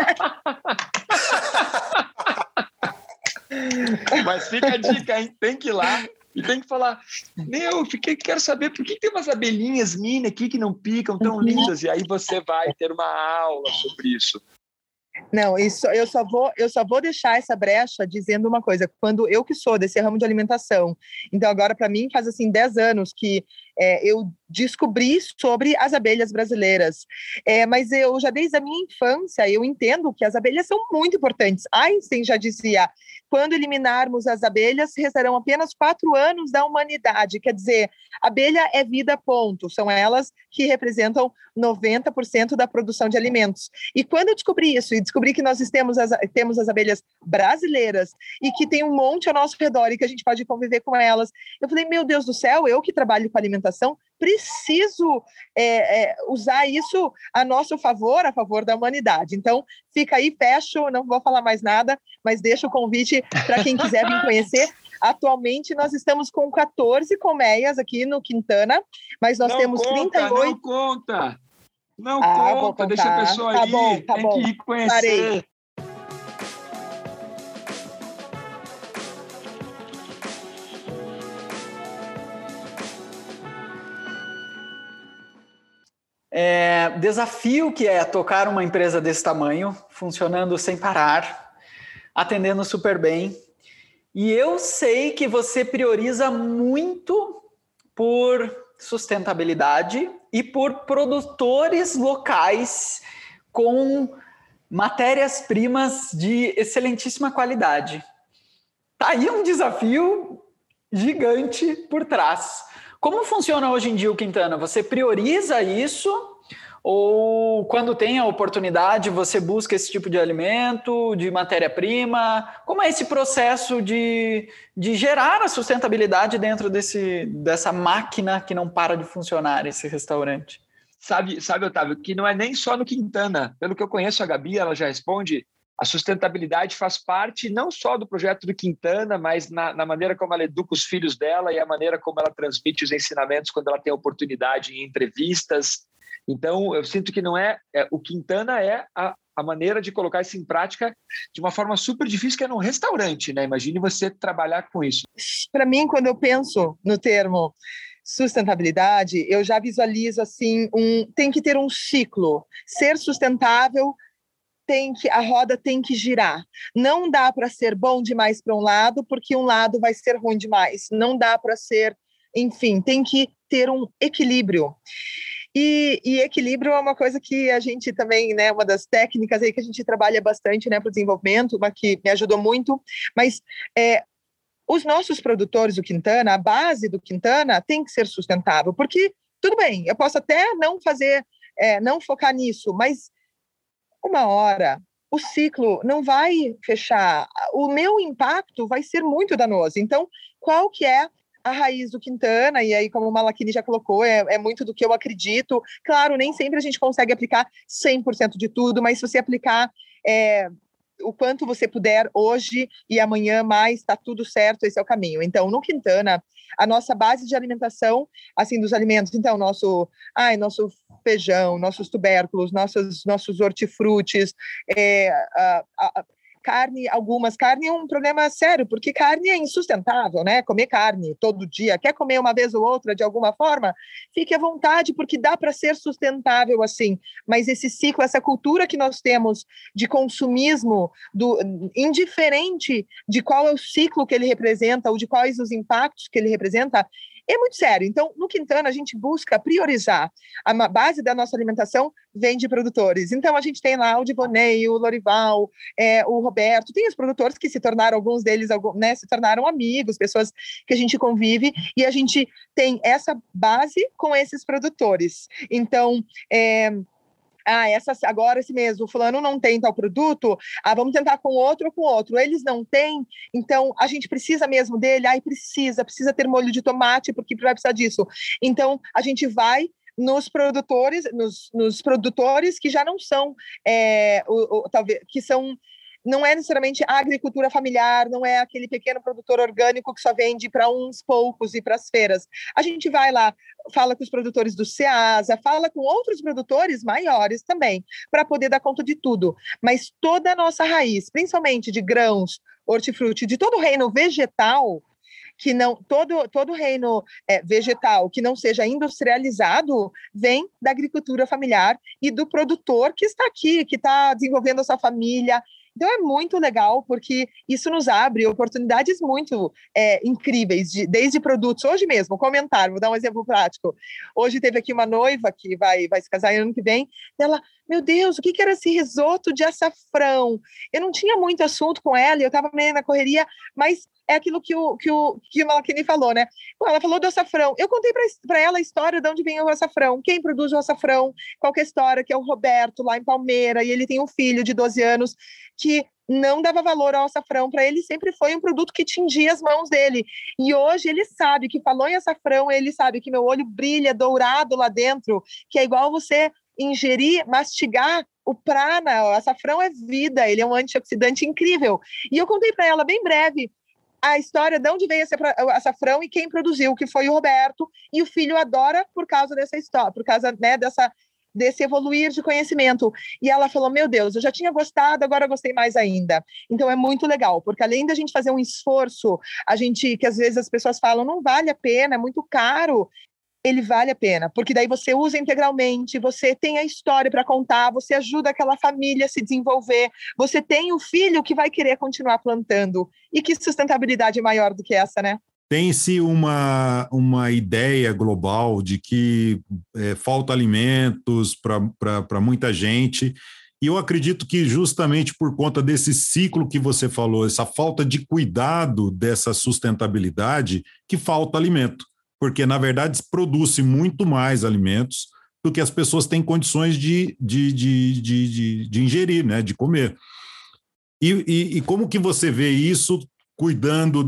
Mas fica a dica, hein? Tem que ir lá e tem que falar, quero saber por que tem umas abelhinhas mini aqui que não picam, tão lindas, e aí você vai ter uma aula sobre isso. Não, isso eu só vou deixar essa brecha dizendo uma coisa. Quando eu que sou desse ramo de alimentação, então agora para mim faz assim 10 anos que eu descobri sobre as abelhas brasileiras. Mas eu já desde a minha infância eu entendo que as abelhas são muito importantes. Einstein já dizia: quando eliminarmos as abelhas, restarão apenas 4 anos da humanidade. Quer dizer, abelha é vida, ponto. São elas que representam 90% da produção de alimentos. E quando eu descobri isso, e descobri que nós temos as abelhas brasileiras e que tem um monte ao nosso redor e que a gente pode conviver com elas, eu falei, meu Deus do céu, eu que trabalho com alimentação, preciso usar isso a nosso favor, a favor da humanidade. Então, fica aí, fecho, não vou falar mais nada, mas deixo o convite para quem quiser vir conhecer. Atualmente, nós estamos com 14 colmeias aqui no Quintana, mas nós temos 38... Não conta, deixa a pessoa aí, tá bom. Que ir conhecer. Parei. Desafio que é tocar uma empresa desse tamanho, funcionando sem parar, atendendo super bem. E eu sei que você prioriza muito por sustentabilidade e por produtores locais com matérias-primas de excelentíssima qualidade. Tá aí um desafio gigante por trás. Como funciona hoje em dia o Quintana? Você prioriza isso? Ou quando tem a oportunidade, você busca esse tipo de alimento, de matéria-prima? Como é esse processo de gerar a sustentabilidade dentro dessa máquina que não para de funcionar, esse restaurante? Sabe, Otávio, que não é nem só no Quintana. Pelo que eu conheço a Gabi, ela já responde, a sustentabilidade faz parte não só do projeto do Quintana, mas na maneira como ela educa os filhos dela e a maneira como ela transmite os ensinamentos quando ela tem a oportunidade em entrevistas. Então, eu sinto que não o Quintana é a maneira de colocar isso em prática de uma forma super difícil, que é num restaurante, né? Imagine você trabalhar com isso. Para mim, quando eu penso no termo sustentabilidade, eu já visualizo assim, tem que ter um ciclo. Ser sustentável, a roda tem que girar. Não dá para ser bom demais para um lado, porque um lado vai ser ruim demais. Não dá para ser, enfim, tem que ter um equilíbrio. E equilíbrio é uma coisa que a gente também, né, uma das técnicas aí que a gente trabalha bastante, né, para o desenvolvimento, uma que me ajudou muito, mas os nossos produtores do Quintana, a base do Quintana tem que ser sustentável, porque, tudo bem, eu posso até não fazer, não focar nisso, mas uma hora o ciclo não vai fechar, o meu impacto vai ser muito danoso. Então, qual que é a raiz do Quintana? E aí, como o Malachini já colocou, é muito do que eu acredito. Claro, nem sempre a gente consegue aplicar 100% de tudo, mas se você aplicar o quanto você puder hoje e amanhã mais, está tudo certo, esse é o caminho. Então, no Quintana, a nossa base de alimentação, assim, dos alimentos, então, nosso feijão, nossos tubérculos, nossos hortifrutis, carne é um problema sério, porque carne é insustentável, né? Comer carne todo dia, quer comer uma vez ou outra de alguma forma, fique à vontade, porque dá para ser sustentável assim, mas esse ciclo, essa cultura que nós temos de consumismo, indiferente de qual é o ciclo que ele representa ou de quais os impactos que ele representa, É muito sério. Então, no Quintana, a gente busca priorizar. A base da nossa alimentação vem de produtores. Então, a gente tem lá o Divonei, o Lorival, o Roberto, tem os produtores que se tornaram, alguns deles, né, se tornaram amigos, pessoas que a gente convive, e a gente tem essa base com esses produtores. Então, agora esse mesmo, o fulano não tem tal produto, vamos tentar com outro ou com outro. Eles não têm, então a gente precisa mesmo dele, precisa ter molho de tomate, porque vai precisar disso. Então, a gente vai nos produtores que já não são, talvez, que são. Não é necessariamente a agricultura familiar, não é aquele pequeno produtor orgânico que só vende para uns poucos e para as feiras. A gente vai lá, fala com os produtores do Ceasa, fala com outros produtores maiores também, para poder dar conta de tudo. Mas toda a nossa raiz, principalmente de grãos, hortifruti, de todo o reino vegetal, que não todo reino vegetal que não seja industrializado vem da agricultura familiar e do produtor que está aqui, que está desenvolvendo a sua família. Então é muito legal, porque isso nos abre oportunidades muito incríveis, desde produtos. Hoje mesmo, vou dar um exemplo prático. Hoje teve aqui uma noiva que vai se casar ano que vem, ela, meu Deus, o que era esse risoto de açafrão? Eu não tinha muito assunto com ela, eu estava meio na correria, mas é aquilo que o Malakini falou, né? Ela falou do açafrão. Eu contei para ela a história de onde vem o açafrão, quem produz o açafrão, qual que é a história, que é o Roberto, lá em Palmeira, e ele tem um filho de 12 anos que não dava valor ao açafrão, para ele sempre foi um produto que tingia as mãos dele. E hoje ele sabe que falou em açafrão, ele sabe que meu olho brilha dourado lá dentro, que é igual você ingerir, mastigar o prana. O açafrão é vida, ele é um antioxidante incrível. E eu contei para ela bem breve a história de onde veio esse açafrão e quem produziu, que foi o Roberto, e o filho adora por causa dessa história, por causa, né, desse evoluir de conhecimento. E ela falou, meu Deus, eu já tinha gostado, agora eu gostei mais ainda. Então é muito legal, porque além da gente fazer um esforço, que às vezes as pessoas falam, não vale a pena, é muito caro, ele vale a pena, porque daí você usa integralmente, você tem a história para contar, você ajuda aquela família a se desenvolver, você tem o filho que vai querer continuar plantando. E que sustentabilidade maior do que essa, né? Tem-se uma ideia global de que falta alimentos para muita gente, e eu acredito que justamente por conta desse ciclo que você falou, essa falta de cuidado dessa sustentabilidade, que falta alimento, porque na verdade produz-se muito mais alimentos do que as pessoas têm condições de ingerir, né, de comer. E como que você vê isso cuidando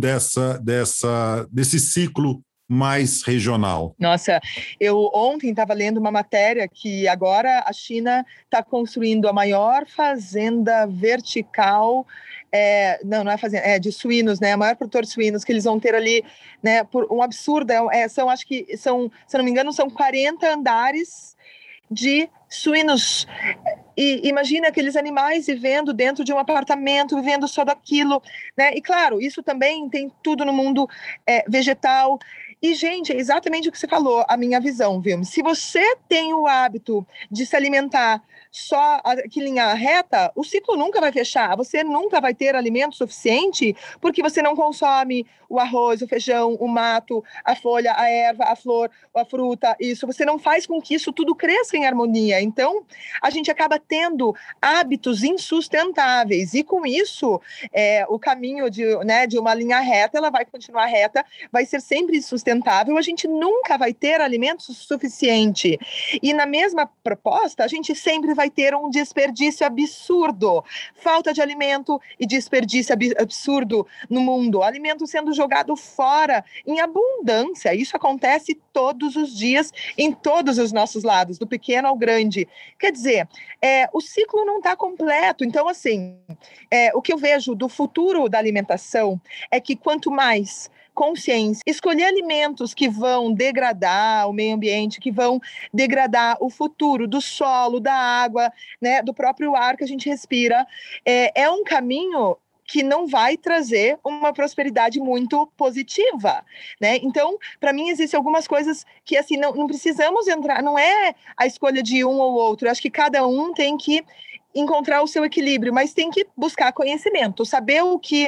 desse ciclo mais regional? Nossa, eu ontem estava lendo uma matéria que agora a China está construindo a maior fazenda vertical, não é fazenda, de suínos, né? A maior produtor de suínos que eles vão ter ali, né? Por um absurdo, acho que são, se não me engano, são 40 andares de suínos. E imagina aqueles animais vivendo dentro de um apartamento, vivendo só daquilo, né? E claro, isso também tem tudo no mundo vegetal. E, gente, é exatamente o que você falou, a minha visão, viu? Se você tem o hábito de se alimentar só aqui em linha reta, o ciclo nunca vai fechar, você nunca vai ter alimento suficiente, porque você não consome o arroz, o feijão, o mato, a folha, a erva, a flor, a fruta, isso. Você não faz com que isso tudo cresça em harmonia. Então, a gente acaba tendo hábitos insustentáveis. E com isso, o caminho de uma linha reta, ela vai continuar reta, vai ser sempre insustentável. A gente nunca vai ter alimento suficiente. E na mesma proposta, a gente sempre vai ter um desperdício absurdo. Falta de alimento e desperdício absurdo no mundo. Alimento sendo jogado fora em abundância. Isso acontece todos os dias, em todos os nossos lados, do pequeno ao grande. Quer dizer, o ciclo não está completo. Então, assim, o que eu vejo do futuro da alimentação é que quanto mais consciência, escolher alimentos que vão degradar o meio ambiente, que vão degradar o futuro do solo, da água, né, do próprio ar que a gente respira, é um caminho que não vai trazer uma prosperidade muito positiva, né? Então, para mim, existem algumas coisas que, assim, não precisamos entrar, não é a escolha de um ou outro, eu acho que cada um tem que encontrar o seu equilíbrio, mas tem que buscar conhecimento, saber o que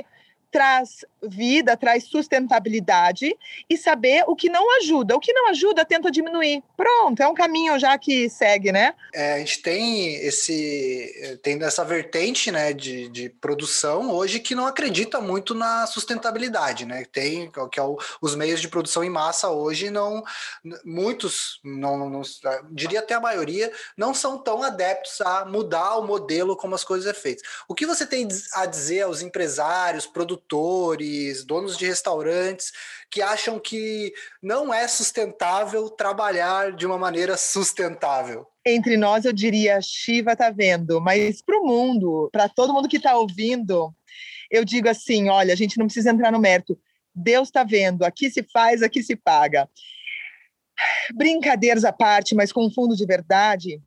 traz vida, traz sustentabilidade, e saber o que não ajuda. O que não ajuda, tenta diminuir. Pronto, é um caminho já que segue, né? A gente tem essa vertente, né, de produção hoje que não acredita muito na sustentabilidade, né? Tem que é os meios de produção em massa hoje muitos, diria até a maioria, não são tão adeptos a mudar o modelo como as coisas são feitas. O que você tem a dizer aos empresários, produtores, donos de restaurantes que acham que não é sustentável trabalhar de uma maneira sustentável? Entre nós, eu diria, Shiva tá vendo, mas para o mundo, para todo mundo que está ouvindo, eu digo assim, olha, a gente não precisa entrar no mérito. Deus está vendo, aqui se faz, aqui se paga. Brincadeiras à parte, mas com um fundo de verdade,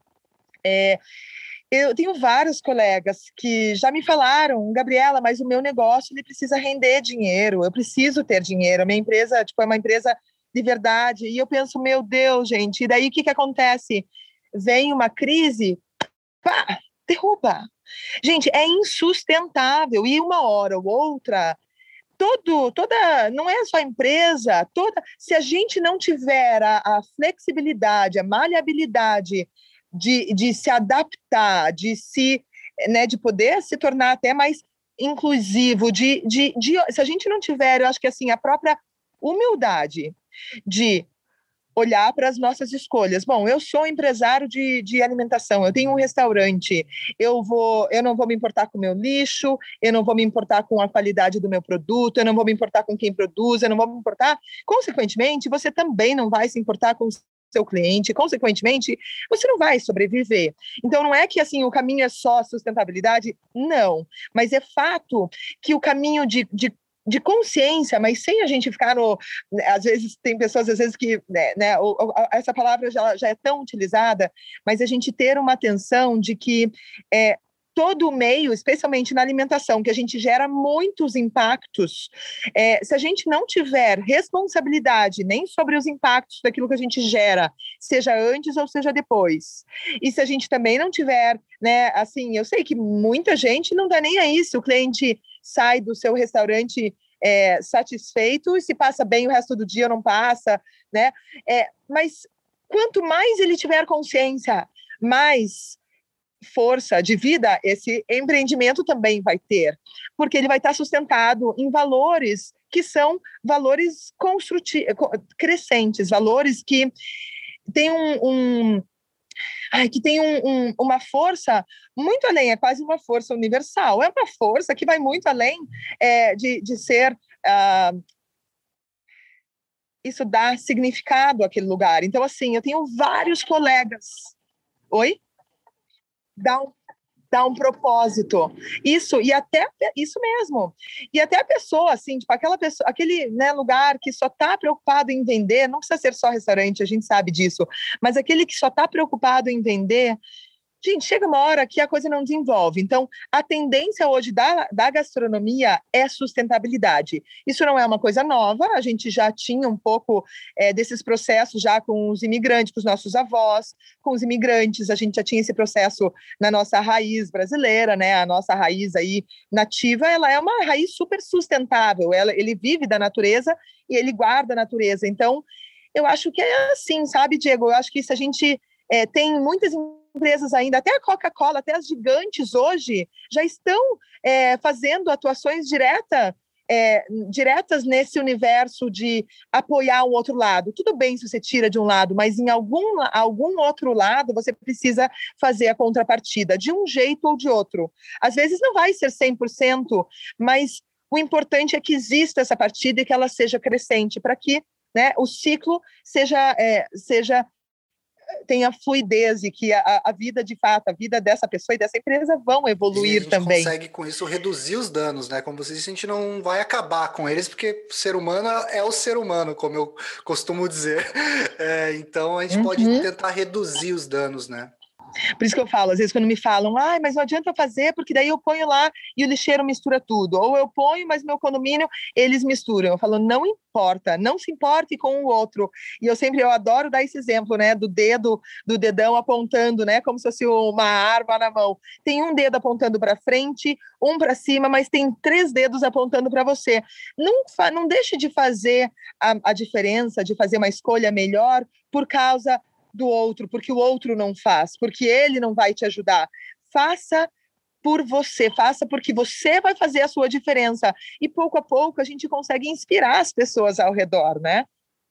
eu tenho vários colegas que já me falaram, Gabriela, mas o meu negócio ele precisa render dinheiro, eu preciso ter dinheiro, a minha empresa é uma empresa de verdade, e eu penso, meu Deus, gente, e daí o que acontece? Vem uma crise, pá, derruba. Gente, é insustentável, e uma hora ou outra, não é só a empresa, se a gente não tiver a flexibilidade, a maleabilidade de se adaptar, né, de poder se tornar até mais inclusivo, se a gente não tiver, eu acho que assim, a própria humildade de olhar para as nossas escolhas. Bom, eu sou empresário de alimentação, eu tenho um restaurante, eu não vou me importar com o meu lixo, eu não vou me importar com a qualidade do meu produto, eu não vou me importar com quem produz, eu não vou me importar. Consequentemente, você também não vai se importar com seu cliente, consequentemente, você não vai sobreviver. Então, não é que assim o caminho é só sustentabilidade, não. Mas é fato que o caminho de consciência, mas sem a gente ficar às vezes, tem pessoas, às vezes, que essa palavra já é tão utilizada, mas a gente ter uma atenção de que todo o meio, especialmente na alimentação, que a gente gera muitos impactos, se a gente não tiver responsabilidade nem sobre os impactos daquilo que a gente gera, seja antes ou seja depois, e se a gente também não tiver, né, assim, eu sei que muita gente não dá nem a isso, o cliente sai do seu restaurante satisfeito e se passa bem o resto do dia ou não passa, né? Mas quanto mais ele tiver consciência, mais força de vida esse empreendimento também vai ter, porque ele vai estar sustentado em valores que são valores crescentes, valores que têm uma força muito além, é quase uma força universal, é uma força que vai muito além de ser... isso dá significado àquele lugar. Então, assim, eu tenho vários colegas... Oi? Dá um propósito. Isso, e até isso mesmo. E até a pessoa, assim, tipo, aquele, né, lugar que só está preocupado em vender, não precisa ser só restaurante, a gente sabe disso, mas aquele que só está preocupado em vender, gente, chega uma hora que a coisa não desenvolve. Então, a tendência hoje da gastronomia é sustentabilidade. Isso não é uma coisa nova, a gente já tinha um pouco desses processos já com os imigrantes, com os nossos avós, com os imigrantes, a gente já tinha esse processo na nossa raiz brasileira, né? A nossa raiz aí nativa, ela é uma raiz super sustentável, ele vive da natureza e ele guarda a natureza. Então, eu acho que é assim, sabe, Diego? Eu acho que se a gente tem muitas empresas ainda, até a Coca-Cola, até as gigantes hoje, já estão fazendo atuações diretas nesse universo de apoiar o outro lado. Tudo bem se você tira de um lado, mas em algum outro lado você precisa fazer a contrapartida, de um jeito ou de outro. Às vezes não vai ser 100%, mas o importante é que exista essa partida e que ela seja crescente, para que, né, o ciclo tenha fluidez e que a vida, de fato, a vida dessa pessoa e dessa empresa vão evoluir também. A gente consegue, com isso, reduzir os danos, né? Como você disse, a gente não vai acabar com eles, porque o ser humano é o ser humano, como eu costumo dizer. Então, a gente pode tentar reduzir os danos, né? Por isso que eu falo, às vezes quando me falam, mas não adianta fazer, porque daí eu ponho lá e o lixeiro mistura tudo. Ou eu ponho, mas meu condomínio, eles misturam. Eu falo, não importa, não se importe com o outro. E eu adoro dar esse exemplo, né, do dedão apontando, né, como se fosse uma arma na mão. Tem um dedo apontando para frente, um para cima, mas tem 3 dedos apontando para você. Não deixe de fazer a diferença, de fazer uma escolha melhor por causa do outro, porque o outro não faz, porque ele não vai te ajudar. Faça por você, faça porque você vai fazer a sua diferença. E pouco a pouco a gente consegue inspirar as pessoas ao redor, né?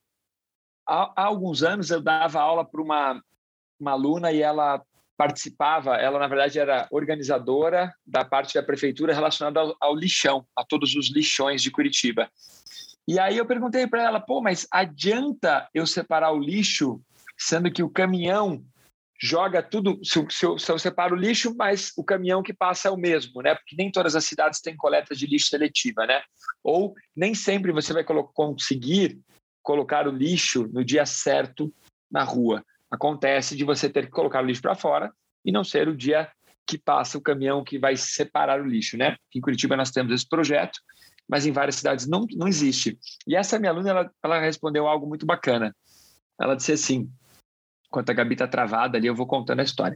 Há alguns anos eu dava aula para uma aluna e ela participava, ela na verdade era organizadora da parte da prefeitura relacionada ao lixão, a todos os lixões de Curitiba. E aí eu perguntei para ela, mas adianta eu separar o lixo, sendo que o caminhão joga tudo, se eu separo o lixo, mas o caminhão que passa é o mesmo, né? Porque nem todas as cidades têm coleta de lixo seletiva, né? Ou nem sempre você vai conseguir colocar o lixo no dia certo na rua. Acontece de você ter que colocar o lixo para fora e não ser o dia que passa o caminhão que vai separar o lixo, né? Em Curitiba nós temos esse projeto, mas em várias cidades não existe. E essa minha aluna, ela respondeu algo muito bacana. Ela disse assim, enquanto a Gabi está travada ali, eu vou contando a história.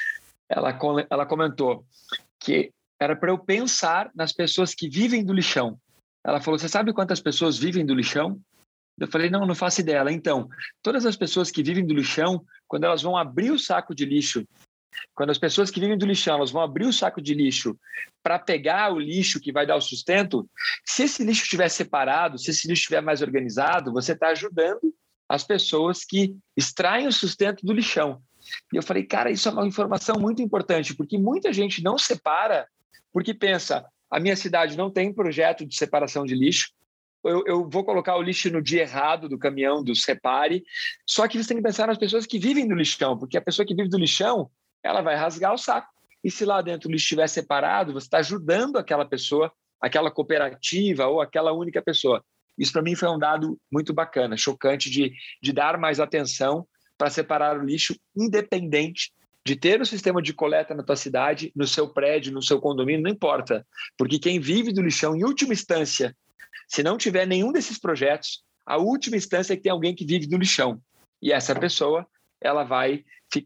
Ela comentou que era para eu pensar nas pessoas que vivem do lixão. Ela falou, você sabe quantas pessoas vivem do lixão? Eu falei, não faço ideia. Então, todas as pessoas que vivem do lixão, quando elas vão abrir o saco de lixo, quando as pessoas que vivem do lixão, elas vão abrir o saco de lixo para pegar o lixo que vai dar o sustento, se esse lixo estiver separado, se esse lixo estiver mais organizado, você está ajudando as pessoas que extraem o sustento do lixão. E eu falei, cara, isso é uma informação muito importante, porque muita gente não separa porque pensa, a minha cidade não tem projeto de separação de lixo, eu vou colocar o lixo no dia errado do caminhão, do separe, só que você tem que pensar nas pessoas que vivem do lixão, porque a pessoa que vive do lixão, ela vai rasgar o saco. E se lá dentro o lixo estiver separado, você está ajudando aquela pessoa, aquela cooperativa ou aquela única pessoa. Isso para mim foi um dado muito bacana, chocante de dar mais atenção para separar o lixo, independente de ter um sistema de coleta na tua cidade, no seu prédio, no seu condomínio, não importa. Porque quem vive do lixão, em última instância, se não tiver nenhum desses projetos, a última instância é que tem alguém que vive do lixão. E essa pessoa, ela vai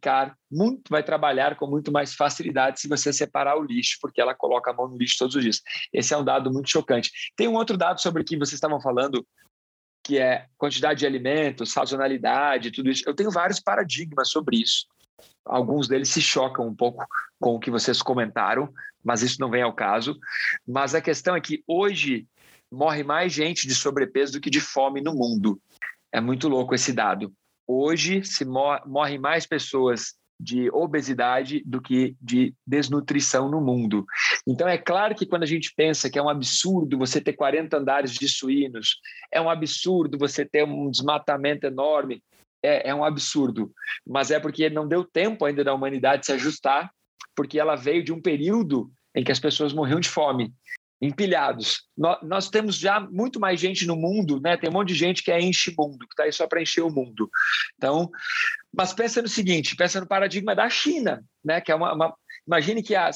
trabalhar com muito mais facilidade se você separar o lixo, porque ela coloca a mão no lixo todos os dias. Esse é um dado muito chocante. Tem um outro dado sobre o que vocês estavam falando, que é quantidade de alimentos, sazonalidade, tudo isso. Eu tenho vários paradigmas sobre isso. Alguns deles se chocam um pouco com o que vocês comentaram, mas isso não vem ao caso. Mas a questão é que hoje morre mais gente de sobrepeso do que de fome no mundo. É muito louco esse dado. Hoje morrem mais pessoas de obesidade do que de desnutrição no mundo. Então, é claro que quando a gente pensa que é um absurdo você ter 40 andares de suínos, é um absurdo você ter um desmatamento enorme, é um absurdo. Mas é porque não deu tempo ainda da humanidade se ajustar, porque ela veio de um período em que as pessoas morriam de fome, empilhados. Nós temos já muito mais gente no mundo, né? Tem um monte de gente que é enche-mundo, que está aí só para encher o mundo. Então, mas pensa no seguinte, pensa no paradigma da China, né? Que é imagine que há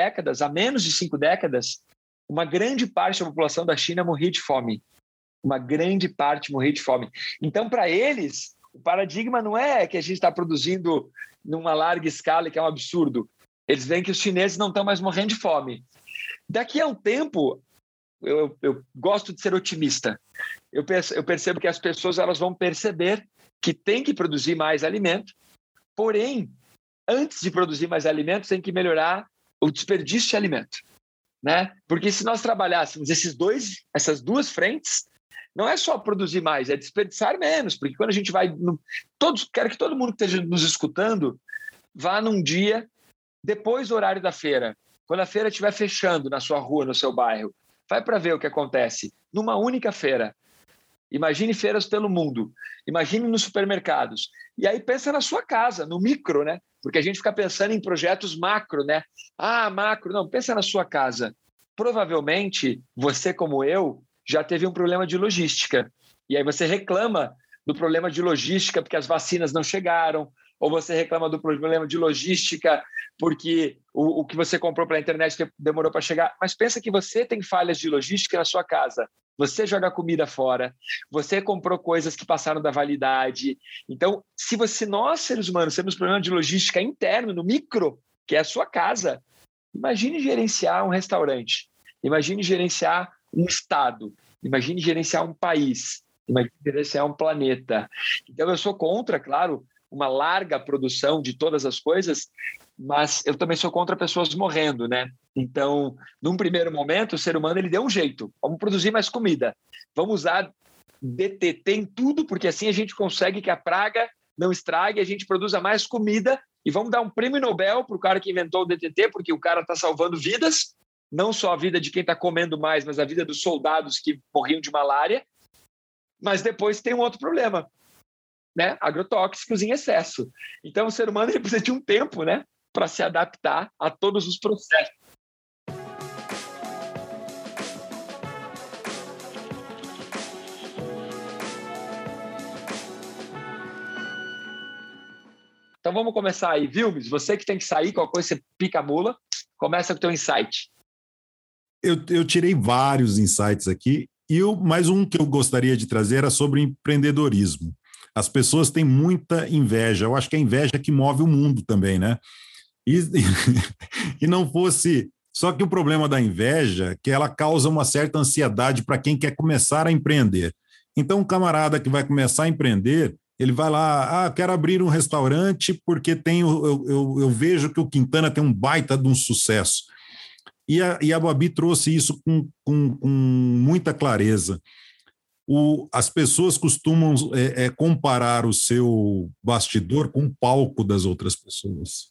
menos de 5 décadas, uma grande parte da população da China morria de fome. Uma grande parte morria de fome. Então, para eles, o paradigma não é que a gente está produzindo numa larga escala, que é um absurdo. Eles veem que os chineses não estão mais morrendo de fome. Daqui a um tempo, eu gosto de ser otimista. Eu percebo que as pessoas elas vão perceber que tem que produzir mais alimento, porém, antes de produzir mais alimentos, tem que melhorar o desperdício de alimento, né? Porque se nós trabalhássemos essas duas frentes, não é só produzir mais, é desperdiçar menos, porque quando a gente vai... Quero que todo mundo que esteja nos escutando vá num dia depois do horário da feira, quando a feira estiver fechando na sua rua, no seu bairro, vai para ver o que acontece numa única feira. Imagine feiras pelo mundo, imagine nos supermercados. E aí pensa na sua casa, no micro, né? Porque a gente fica pensando em projetos macro, né? Macro, não, pensa na sua casa. Provavelmente, você como eu, já teve um problema de logística. E aí você reclama do problema de logística porque as vacinas não chegaram, ou você reclama do problema de logística porque o que você comprou pela internet demorou para chegar. Mas pensa que você tem falhas de logística na sua casa. Você joga comida fora, você comprou coisas que passaram da validade. Então, se nós, seres humanos, temos problema de logística interno, no micro, que é a sua casa, imagine gerenciar um restaurante, imagine gerenciar um estado, imagine gerenciar um país, imagine gerenciar um planeta. Então, eu sou contra, claro, uma larga produção de todas as coisas, mas eu também sou contra pessoas morrendo, né? Então, num primeiro momento, o ser humano ele deu um jeito. Vamos produzir mais comida. Vamos usar DDT em tudo, porque assim a gente consegue que a praga não estrague, a gente produza mais comida e vamos dar um prêmio Nobel para o cara que inventou o DDT, porque o cara está salvando vidas, não só a vida de quem está comendo mais, mas a vida dos soldados que morriam de malária. Mas depois tem um outro problema, né? Agrotóxicos em excesso. Então, o ser humano ele precisa de um tempo, né, para se adaptar a todos os processos. Então, vamos começar aí. Vilmes, você que tem que sair, qualquer coisa você pica a mula, começa com o teu insight. Eu tirei vários insights aqui, mais um que eu gostaria de trazer era sobre empreendedorismo. As pessoas têm muita inveja. Eu acho que é a inveja que move o mundo também, né? E não fosse... Só que o problema da inveja é que ela causa uma certa ansiedade para quem quer começar a empreender. Então, um camarada que vai começar a empreender, ele vai lá, quero abrir um restaurante porque eu vejo que o Quintana tem um baita de um sucesso. E a Babi trouxe isso com muita clareza. As pessoas costumam comparar o seu bastidor com o palco das outras pessoas.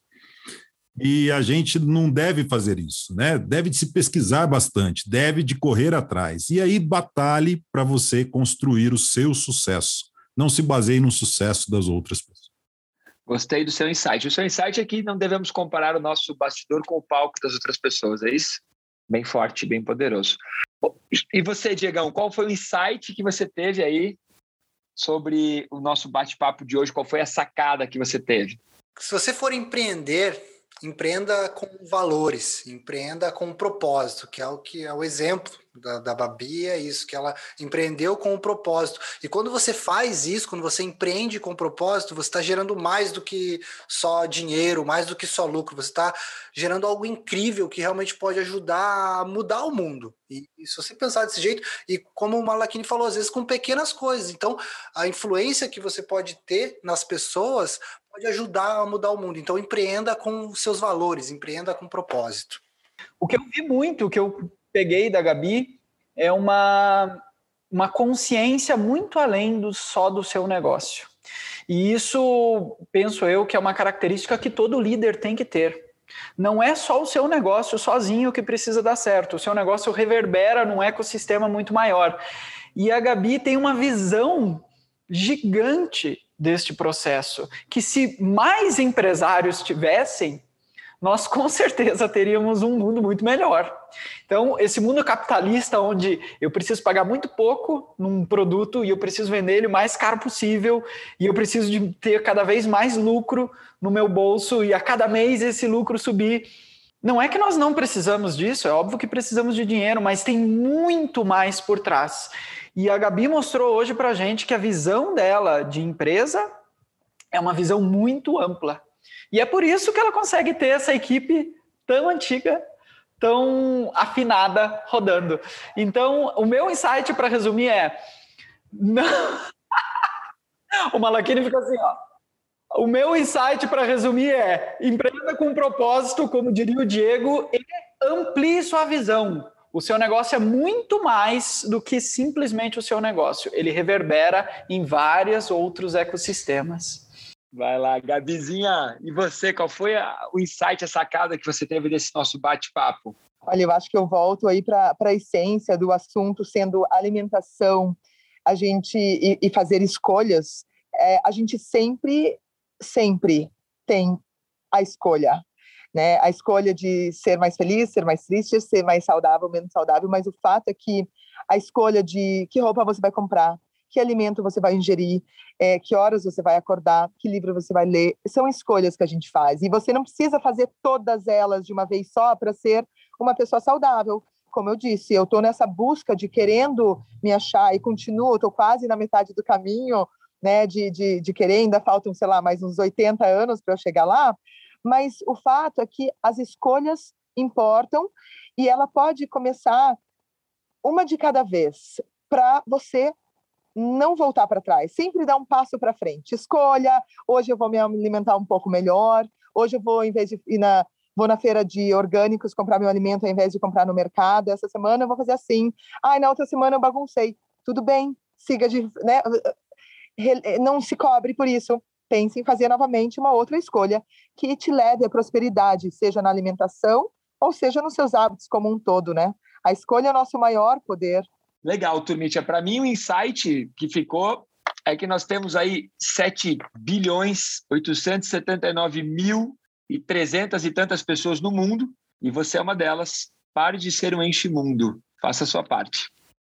E a gente não deve fazer isso, né? Deve de se pesquisar bastante, deve de correr atrás. E aí batalhe para você construir o seu sucesso. Não se baseie no sucesso das outras pessoas. Gostei do seu insight. O seu insight é que não devemos comparar o nosso bastidor com o palco das outras pessoas, é isso? Bem forte, bem poderoso. E você, Diegão, qual foi o insight que você teve aí sobre o nosso bate-papo de hoje? Qual foi a sacada que você teve? Se você for empreender, empreenda com valores, empreenda com propósito, que é o exemplo da Babi, é isso, que ela empreendeu com um propósito. E quando você faz isso, quando você empreende com propósito, você está gerando mais do que só dinheiro, mais do que só lucro, você está gerando algo incrível que realmente pode ajudar a mudar o mundo. E se você pensar desse jeito, e como o Malakini falou, às vezes com pequenas coisas, então a influência que você pode ter nas pessoas pode ajudar a mudar o mundo. Então empreenda com seus valores, empreenda com propósito. O que eu vi muito, o que eu peguei da Gabi, é uma consciência muito além só do seu negócio. E isso, penso eu, que é uma característica que todo líder tem que ter. Não é só o seu negócio sozinho que precisa dar certo. O seu negócio reverbera num ecossistema muito maior. E a Gabi tem uma visão gigante deste processo, que se mais empresários tivessem, nós com certeza teríamos um mundo muito melhor. Então, esse mundo capitalista onde eu preciso pagar muito pouco num produto e eu preciso vender ele o mais caro possível e eu preciso de ter cada vez mais lucro no meu bolso e a cada mês esse lucro subir. Não é que nós não precisamos disso, é óbvio que precisamos de dinheiro, mas tem muito mais por trás. E a Gabi mostrou hoje para a gente que a visão dela de empresa é uma visão muito ampla. E é por isso que ela consegue ter essa equipe tão antiga, tão afinada, rodando. Então, o meu insight, para resumir, é... Não... O Malakini fica assim, ó. O meu insight, para resumir, é empreenda com propósito, como diria o Diego, e amplie sua visão. O seu negócio é muito mais do que simplesmente o seu negócio. Ele reverbera em vários outros ecossistemas. Vai lá, Gabizinha. E você, qual foi o insight, a sacada que você teve desse nosso bate-papo? Olha, eu acho que eu volto aí para a essência do assunto, sendo alimentação, e fazer escolhas. A gente sempre tem a escolha, né? A escolha de ser mais feliz, ser mais triste, ser mais saudável, menos saudável, mas o fato é que a escolha de que roupa você vai comprar, que alimento você vai ingerir, que horas você vai acordar, que livro você vai ler. São escolhas que a gente faz. E você não precisa fazer todas elas de uma vez só para ser uma pessoa saudável. Como eu disse, eu estou nessa busca de querendo me achar e continuo, estou quase na metade do caminho, né, de querer, ainda faltam, sei lá, mais uns 80 anos para eu chegar lá, mas o fato é que as escolhas importam e ela pode começar uma de cada vez para você não voltar para trás, sempre dar um passo para frente. Escolha, hoje eu vou me alimentar um pouco melhor, hoje eu vou, em vez de ir vou na feira de orgânicos comprar meu alimento ao invés de comprar no mercado. Essa semana eu vou fazer assim. Na outra semana eu baguncei. Tudo bem, siga né? Não se cobre por isso. Pense em fazer novamente uma outra escolha que te leve à prosperidade, seja na alimentação ou seja nos seus hábitos como um todo, né? A escolha é o nosso maior poder. Legal, Turmitia. Para mim, o insight que ficou é que nós temos aí 7.879.300 e tantas pessoas no mundo, e você é uma delas. Pare de ser um enche-mundo. Faça a sua parte.